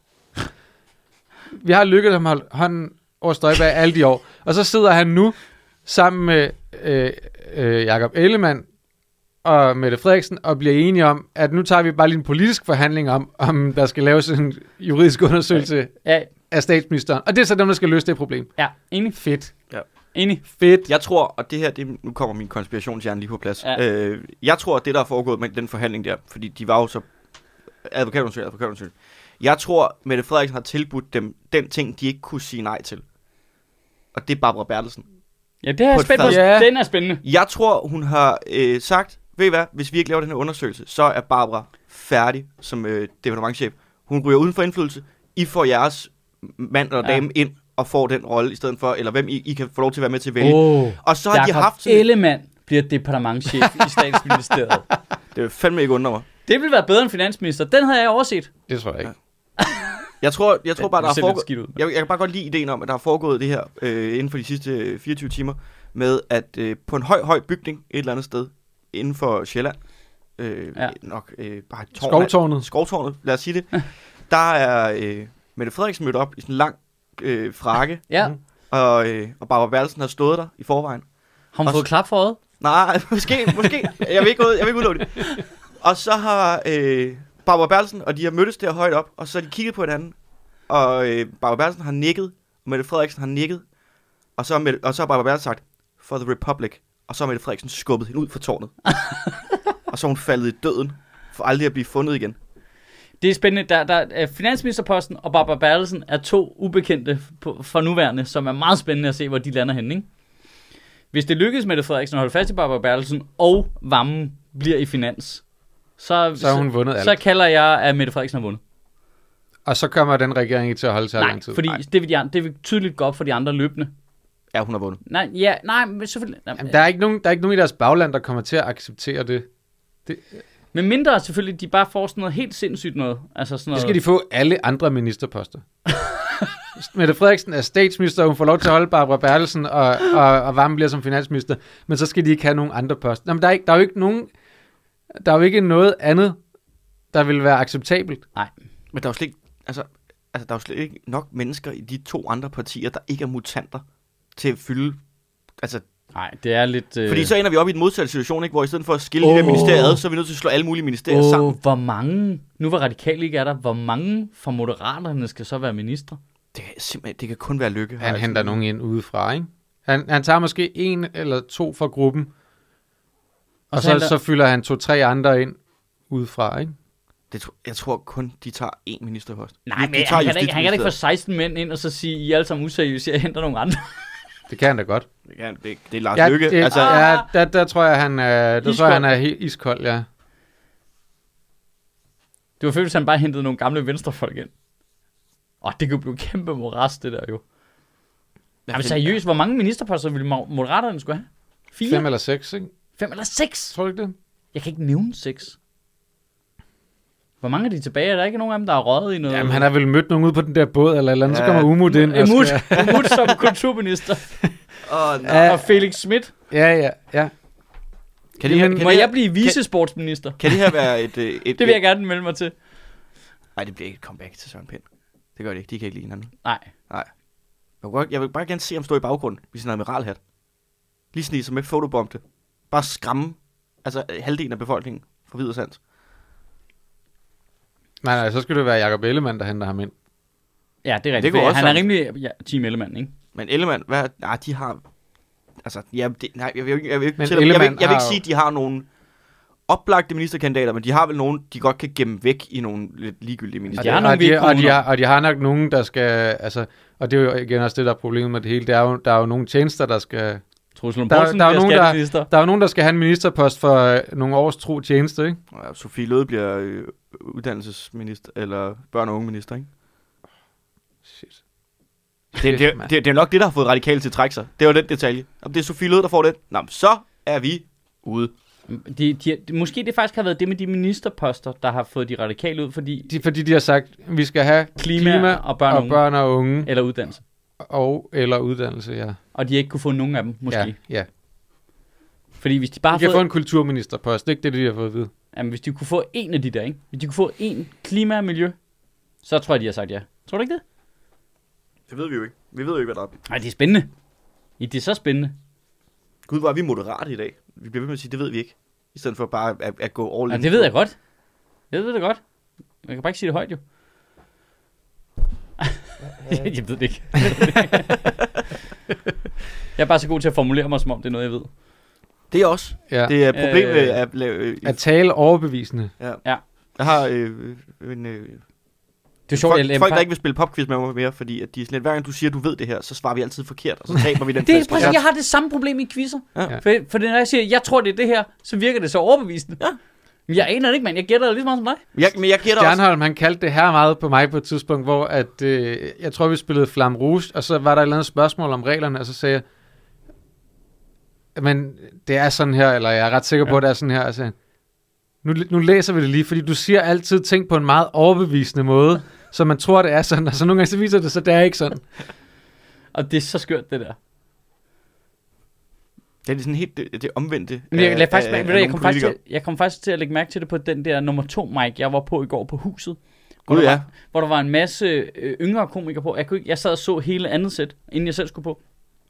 Vi har Løkke, som holdt hånden over Støjberg alle de år. Og så sidder han nu sammen med øh, øh, Jakob Ellemann og Mette Frederiksen og bliver enige om, at nu tager vi bare lige en politisk forhandling om, om der skal laves en juridisk undersøgelse ja. af statsministeren. Og det er så dem, der skal løse det problem. Ja, enig. Fedt. Ja. Enig. Fedt. Jeg tror, og det her, det, nu kommer min konspirationshjerne lige på plads. Ja. Øh, jeg tror, at det, der er foregået med den forhandling der, fordi de var jo så advokatundersøgt, advokatundersøgt. Jeg tror, Mette Frederiksen har tilbudt dem den ting, de ikke kunne sige nej til. Og det er Barbara Bertelsen. Ja, det er spændende. Ja. Den er spændende. Jeg tror, hun har øh, sagt, ved I hvad, hvis vi ikke laver den her undersøgelse, så er Barbara færdig som øh, departementschef. Hun ryger uden for indflydelse. I får jeres mand eller dame ja. ind og får den rolle i stedet for, eller hvem I, I kan få lov til at være med til at vælge. Oh, og så har Jacob de haft sådan... Ellemann bliver departementschef i statsministeriet. Det er fandme ikke undre mig. Det ville være bedre end finansminister. Den havde jeg overset. Det tror jeg ikke. Ja. Jeg tror, jeg tror bare, der Det er ser lidt foregået... skidt ud. Jeg, jeg kan bare godt lide ideen om, at der er foregået det her øh, inden for de sidste fireogtyve timer, med at øh, på en høj, høj bygning et eller andet sted, inden for Sjælland, øh, Ja. nok øh, bare et tårn... Skovtårnet. Skovtårnet, lad os sige det. Der er øh, Mette Frederiksen mødt op i sådan en lang øh, frakke, Ja. og, øh, og Barbara Bertelsen har stået der i forvejen. Har hun Og fået så- klap for øjet? Nej, måske, måske. Jeg vil ikke, ud, jeg vil ikke udelukke det. Og så har øh, Barbara Bertelsen, og de har mødtes der højt op, og så har de kigget på hinanden. Og øh, Barbara Bertelsen har nikket, og Mette Frederiksen har nikket. Og så, har Mette, og så har Barbara Bertelsen sagt, for the Republic. Og så har Mette Frederiksen skubbet hende ud fra tårnet. Og så er hun faldet i døden, for aldrig at blive fundet igen. Det er spændende. Der, der er finansministerposten og Barbara Bertelsen er to ubekendte på, for nuværende, som er meget spændende at se, hvor de lander henne, ikke? Hvis det lykkes med det Frederiksen at holde fast i Barbara Bertelsen, og Vammen bliver i finans, så, Så har hun vundet alt. så kalder jeg, at Mette Frederiksen har vundet. Og så kommer den regering ikke til at holde sig Nej, lang tid. fordi det vil, de, an- det vil tydeligt gå op for de andre løbende. Ja, hun har vundet. Nej, ja, nej, men selvfølgelig. Nej, Jamen, der, er ikke nogen, der er ikke nogen i deres bagland, der kommer til at acceptere det. Det, men mindre selvfølgelig, de bare får sådan noget helt sindssygt noget. Altså sådan det noget. skal de få alle andre ministerposter. Mette Frederiksen er statsminister, hun får lov til at holde Barbara Bertelsen, og, og, og Vammen bliver som finansminister, men så skal de ikke have nogen andre poster. Jamen, der, er ikke, der er jo ikke nogen, der er jo ikke noget andet, der vil være acceptabelt. Nej. Men der er jo slet ikke, altså, altså, der er jo slet ikke nok mennesker i de to andre partier, der ikke er mutanter til at fylde... Altså, Nej, det er lidt... Øh... fordi så ender vi op i en modsatte situation, ikke? Hvor i stedet for at skille oh. de Åh. der ministerier ad, så er vi nødt til at slå alle mulige ministerier Åh, sammen. hvor mange... Nu var Radikal ikke er der. Hvor mange fra Moderaterne skal så være ministre? Det kan simpelthen, det kan kun være lykke. Han henter nogen ind udefra, ikke? Han, han tager måske en eller to fra gruppen, og, Og så så, henter- så fylder han to-tre andre ind udefra, ikke? Det, tro- jeg tror kun, de tager én ministerpost. Nej, De- men de han tager kan, da ikke, han kan da ikke få Justitsministeriet. seksten mænd ind og så sige, I er alle sammen useriøse, jeg henter nogle andre. Det kan han da godt. Det, kan, det, det er Lars Ja, Løkke. det, Altså, altså, ja der, der tror jeg, han er, der tror Iskold. jeg, han er helt iskold, ja. Det var fedt, hvis han bare hentede nogle gamle venstrefolk ind. Åh, det kunne blive kæmpe moras, det der jo. Jamen seriøst, hvor mange ministerposter ville Moderaterne skulle have? Fire? Fem eller seks, ikke? Fem eller seks? Tror du ikke det? Jeg kan ikke nævne seks. Hvor mange er de tilbage? Er der ikke nogen af dem, der er røget i noget? Jamen, han har vel mødt nogen ude på den der båd, eller et eller andet, Ja. så kommer Umut ind. og Umut, skal- Umut som kulturminister. Åh, nej. Ja. Og Felix Schmidt. Ja, ja, ja. Kan det, her, Jamen, kan Må det, her, jeg blive vicesportsminister? kan det her være et... øh, et Det vil jeg gerne melde mig til. Nej, det bliver ikke et comeback til Søren Pind. Det gør det ikke. De kan ikke lide hinanden. Nej. Jeg vil, godt, jeg vil bare gerne se ham stå i baggrunden i sin admiralhat. Lige snige sig med fotobombe. Bare skræmme altså halvdelen af befolkningen for videre sandt. Nej, nej, så skal det være Jacob Ellemann, der henter ham ind. Ja, det er rigtigt. Det kunne Det også han er sagtens. rimelig ja, team Ellemann, ikke? Men Ellemann, hvad? Nej, de har... Altså, ja, det, nej, jeg vil, jo ikke- jeg vil, ikke Men til, jeg vil, jeg vil, Ellemann jeg vil ikke har sige, at de har nogle oplagte ministerkandidater, men de har vel nogen, de godt kan gemme væk i nogle lidt ligegyldige De ministerier. har nogle og, de, og, de V-kroner. har, og de har nok nogen, der skal... Altså, og det er jo igen også det, der er problemet med det hele. Der er jo, der er jo nogle tjenester, der skal... Truls Lund Der- Poulsen der er bliver nogen, der- skatteminister. Der er jo nogen, der skal have en ministerpost for øh, nogle års tro tjeneste, ikke? Ja, Sofie Løde bliver øh, uddannelsesminister, eller børn- og ungeminister, ikke? Shit. Det, det, det, det, det er nok det, der har fået radikale til at trække sig. Det var den detalje. Om det er Sofie Løde, der får det, nå, men så er vi ude. De, de, de, måske det faktisk har været det med de ministerposter, der har fået de radikale ud, fordi De, fordi de har sagt, at vi skal have klima, klima klima og børn og, og unge, børn og unge eller uddannelse. og eller uddannelse, ja. Og de ikke kunne få nogen af dem, måske. Ja, ja. Fordi hvis de bare De kan fået, få en kulturministerpost, det er ikke det, de har fået at vide. jamen, hvis de kunne få en af de der, ikke? Hvis de kunne få en klima og miljø, så tror jeg, de har sagt ja. Tror du ikke det? Det ved vi jo ikke. Vi ved jo ikke, hvad der er. Nej, det er spændende. Ja, det er så spændende. Gud, hvor er vi moderate i dag. Vi bliver ved med at sige, det ved vi ikke. I stedet for bare at, at gå all Ja, in. det ved jeg godt. Jeg ved det godt. Jeg kan bare ikke sige det højt, jo. Jeg ved det ikke. Jeg er bare så god til at formulere mig, som om det er noget, jeg ved. Det er også. Ja. Det er et problem Øh, med at lave... Øh, At tale overbevisende. ja. Ja. Jeg har øh, en... Øh, Det er sjovt, folk, jeg, folk, der ikke vil spille popquiz med mig mere, fordi at de er sådan lidt, hver gang du siger, du ved det her, så svarer vi altid forkert, og så taber vi den det er flaske. præcis, jeg har det samme problem i quizzer. Ja. For, for når jeg siger, jeg tror, det er det her, så virker det så overbevisende. Ja. Men jeg aner det ikke, mand. Jeg gætter det lige så meget som dig. Jeg, men jeg gætter også... Stjernholm, han kaldte det her meget på mig på et tidspunkt, hvor at, øh, jeg tror, vi spillede Flamme Rouge, og så var der et eller andet spørgsmål om reglerne, og så sagde jeg, men det er sådan her, eller jeg er ret sikker på, Ja. at det er sådan her, altså, Nu, nu læser vi det lige, fordi du siger altid ting på en meget overbevisende måde, så man tror, det er sådan, og så nogle gange så viser det, så det er ikke sådan. Og det er så skørt, det der. Det er sådan helt det, det omvendte. Men jeg, jeg, faktisk, af, af, af jeg, kom faktisk politikere. til, jeg kom faktisk til at lægge mærke til det på den der nummer to mic, jeg var på i går på Huset. Hvor, Gud, der, ja. var, hvor der var en masse øh, yngre komikere på. Jeg, kunne ikke, jeg sad og så hele andet sæt, inden jeg selv skulle på.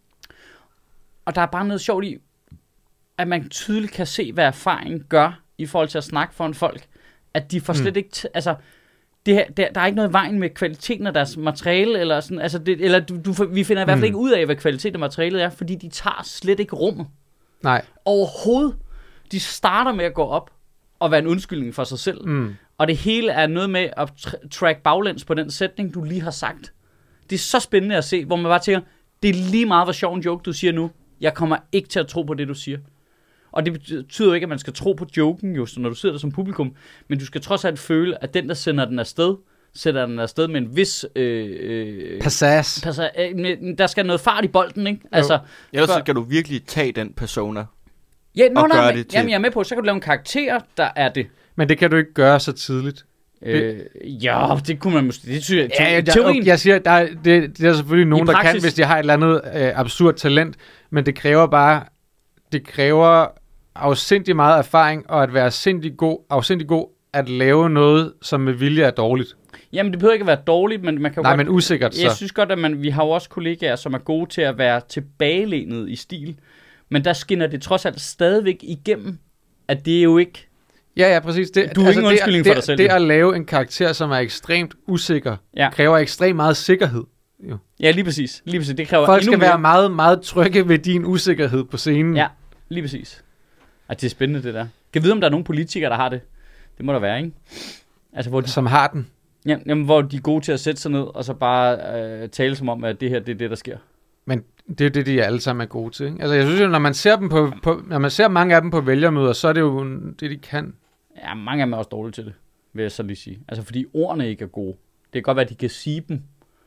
Og der er bare noget sjovt i, at man tydeligt kan se, hvad erfaring gør i forhold til at snakke foran folk. At de får slet mm. ikke... T- altså, det her, der, der er ikke noget i vejen med kvaliteten af deres materiale, eller sådan, altså det, eller du, du, vi finder i hvert fald mm. ikke ud af, hvad kvaliteten af materialet er, fordi de tager slet ikke rummet. Nej. Overhovedet. De starter med at gå op og være en undskyldning for sig selv. Mm. Og det hele er noget med at tr- track baglæns på den sætning, du lige har sagt. Det er så spændende at se, hvor man bare tænker, det er lige meget, hvor sjov en joke, du siger nu. Jeg kommer ikke til at tro på det, du siger. Og det betyder jo ikke, at man skal tro på joken, just når du sidder der som publikum. Men du skal trods alt føle, at den, der sender den afsted, sætter den afsted med en vis... Øh, øh, Passas. Passa- øh, med, der skal noget fart i bolden, ikke? Altså, Ellers for- så skal du virkelig tage den persona. Ja, nå, og nej, gøre men, det til- jamen, jeg er med på, så kan du lave en karakter, der er det. Men det kan du ikke gøre så tidligt. Øh, ja, det kunne man måske... Det synes jeg, Ja, jeg, teorien... jeg, jeg siger, der er, det, det er selvfølgelig nogen, der praksis- kan, hvis de har et eller andet øh, absurd talent, men det kræver bare, det kræver afsindig meget erfaring, og at være sindig god, afsindig god at lave noget, som med vilje er dårligt. Jamen, det behøver ikke at være dårligt, men man kan jo Nej, godt... men usikkert Jeg så. synes godt, at man, vi har jo også kollegaer, som er gode til at være tilbagelænet i stil. Men der skinner det trods alt stadigvæk igennem, at det er jo ikke... Ja, ja, præcis. Det, Du er ingen det, undskyldning det, for dig selv, Det jo. at lave en karakter, som er ekstremt usikker, Ja. kræver ekstremt meget sikkerhed. Jo. Ja, lige præcis. Lige præcis. Det kræver Folk endnu skal mere. være meget, meget trygge ved din usikkerhed på scenen. Ja, lige præcis. Og det er spændende, det der. Kan jeg vide, om der er nogle politikere, der har det? Det må der være, ikke? Altså, hvor de, Som har den. ja, jamen, hvor de er gode til at sætte sig ned, og så bare øh, tale som om, at det her, det er det, der sker. Men det er det, de alle sammen er gode til. Ikke? Altså, jeg synes jo, når man ser dem på, på, når man ser mange af dem på vælgermøder, så er det jo det, de kan. Ja, mange af dem er også dårlige til det, vil jeg så lige sige. Altså, fordi ordene ikke er gode. Det kan godt være, at de kan sige dem.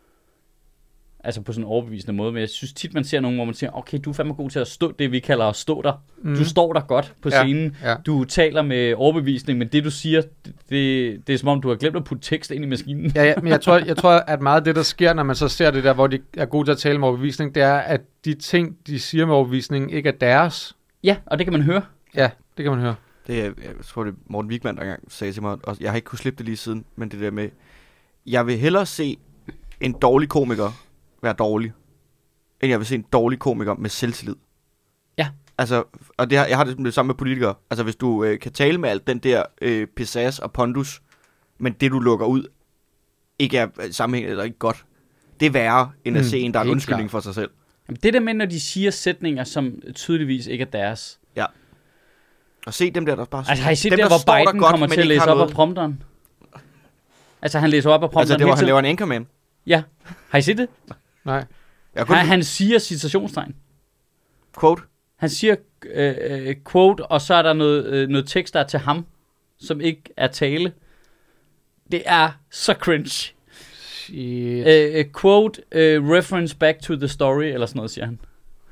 Altså på sådan en overbevisende måde. Men jeg synes tit, man ser nogen, hvor man siger, okay, du er fandme god til at stå det, vi kalder at stå der. Mm. Du står der godt på Ja, scenen. ja. Du taler med overbevisning, men det, du siger, det, det, det er som om, du har glemt at putte tekst ind i maskinen. Ja, ja, men jeg tror, jeg tror, at meget af det, der sker, når man så ser det der, hvor de er gode til at tale med overbevisning, det er, at de ting, de siger med overbevisning, ikke er deres. Ja, og det kan man høre. Ja, det kan man høre. Det er, jeg tror, det er Morten Wigman, der engang sagde til mig, og jeg har ikke kunnet slippe det lige siden, men det der med, jeg vil hellere se en dårlig komiker være dårlig, end jeg vil se en dårlig komiker med selvtillid. Ja. Altså, og det har, jeg har det, det samme med politikere. Altså, hvis du øh, kan tale med alt den der øh, pizzazz og pondus, men det, du lukker ud, ikke er sammenhængende eller ikke godt, det er værre, end at Mm, se en, der er en helt undskyldning klart. for sig selv. Jamen, det der med, når de siger sætninger, som tydeligvis ikke er deres. Og se dem der, der bare... Altså har I set dem, der, hvor står der Biden godt, kommer men til at ikke læse har op noget- af prompteren? Altså han læser op af prompteren Altså, det var, hele han tiden. laver en anchorman. Ja, har I set det? Nej. Jeg kunne Han, han siger citationstegn. quote. Han siger øh, øh, quote, og så er der noget, øh, noget tekst, der er til ham, som ikke er tale. Det er så cringe. Shit. Øh, øh, quote, øh, reference back to the story, eller sådan noget, siger han.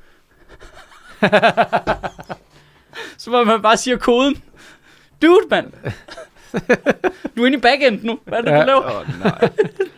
Så må man bare sige koden. Dude, mand. Du er inde i backend nu. Hvad er det, Ja. du laver? Åh, oh, nej.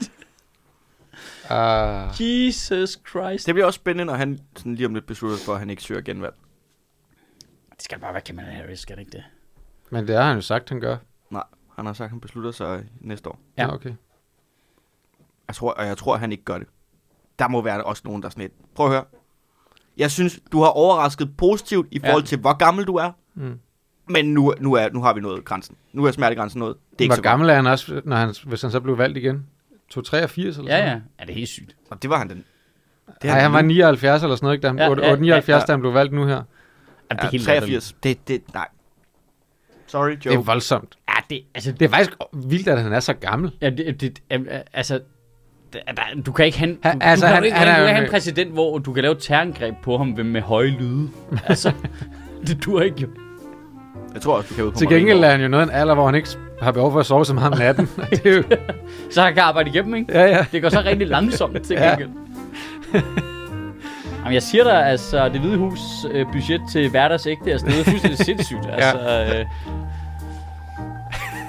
Uh, Jesus Christ. Det bliver også spændende, når han sådan lige om lidt beslutter for, at han ikke søger genvalg. Det skal bare være Kamala Harris, skal det ikke det? men det har han jo sagt, han gør. Nej, han har sagt, at han beslutter sig næste år. Ja. Ja, okay. Jeg tror, og jeg tror, at han ikke gør det. Der må være også nogen, der er sådan lidt. Prøv at høre. Jeg synes, du har overrasket positivt i forhold Ja. til, hvor gammel du er. Mm. Men nu, nu, er, nu har vi nået grænsen. Nu er smertegrænsen nået. Det er ikke Hvor så gammel er han også, når han, hvis han så blev valgt igen? to treogfirs eller Ja, sådan ja. Ja, det er helt sygt. godt. Og det var han den. Det Nej, han var nu. nioghalvfjerds eller sådan noget, ikke? Da han, Ja, ja, ja, otte nioghalvfjerds, ja. da han blev valgt nu her. Ja, det er Ja, helt treogfirs. Det, det, nej. Sorry, Joe. Det er voldsomt. Ja, det, altså, Det er faktisk vildt, at han er så gammel. ja, det, det, øh, altså, der, der, du kan ikke have, Han- du, altså, du kan han- ikke, han han, er du jo kan have en- en præsident, hvor du kan lave et terrorangreb på ham med, med høje lyde. Altså, det dur ikke jo. Jeg tror også, du kan ud på Til gengæld er han jo noget af en alder, hvor han ikke har behov for at sove så meget om natten. Det er jo, Så han kan arbejde igennem, ikke? ja, ja. Det går så rigtig langsomt til Ja. gengæld. Jamen, jeg siger dig, altså, det Hvide Hus øh, budget til hverdagsægte er stedet fuldstændig sindssygt. Altså, øh,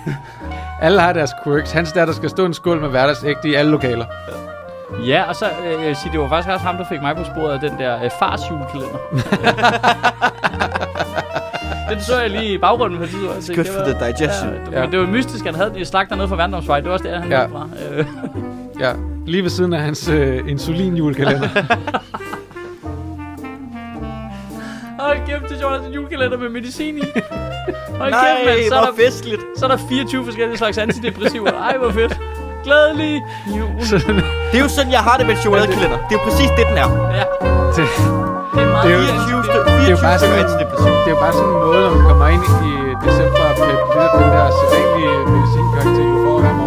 Alle har deres quirks. Hans der, der skal stå en skål med hverdagsægte i alle lokaler. Ja, og så øh, jeg vil sige, det var faktisk også ham, der fik mig på sporet af den der øh, fars julekalender. Den så jeg lige i baggrunden på det tidspunkt. It's good for the digestion. Ja, det, var, Ja. det var mystisk, han havde de slagter nede fra Vandomsvej. Det var også der, han Ja. ja. fra. Øh. Ja, lige ved siden af hans øh, insulin-julekalender. Hold kæft, det er sjovt, en julekalender med medicin i. Hold Nej, kæft, mand, så er, hvor der, festligt. så er der fireogtyve forskellige slags antidepressiver. Ej, hvor fedt. Glædelig jul. Det er jo sådan, jeg har det med en chokoladekalender. Det er jo præcis det, den er. Ja, det, det er meget Det er jo- fireogtyve det er jo bare sådan, antidepressiv. det er jo bare sådan en måde, når man kommer ind i december, at den der sædvanlige medicinkarakter, du får hver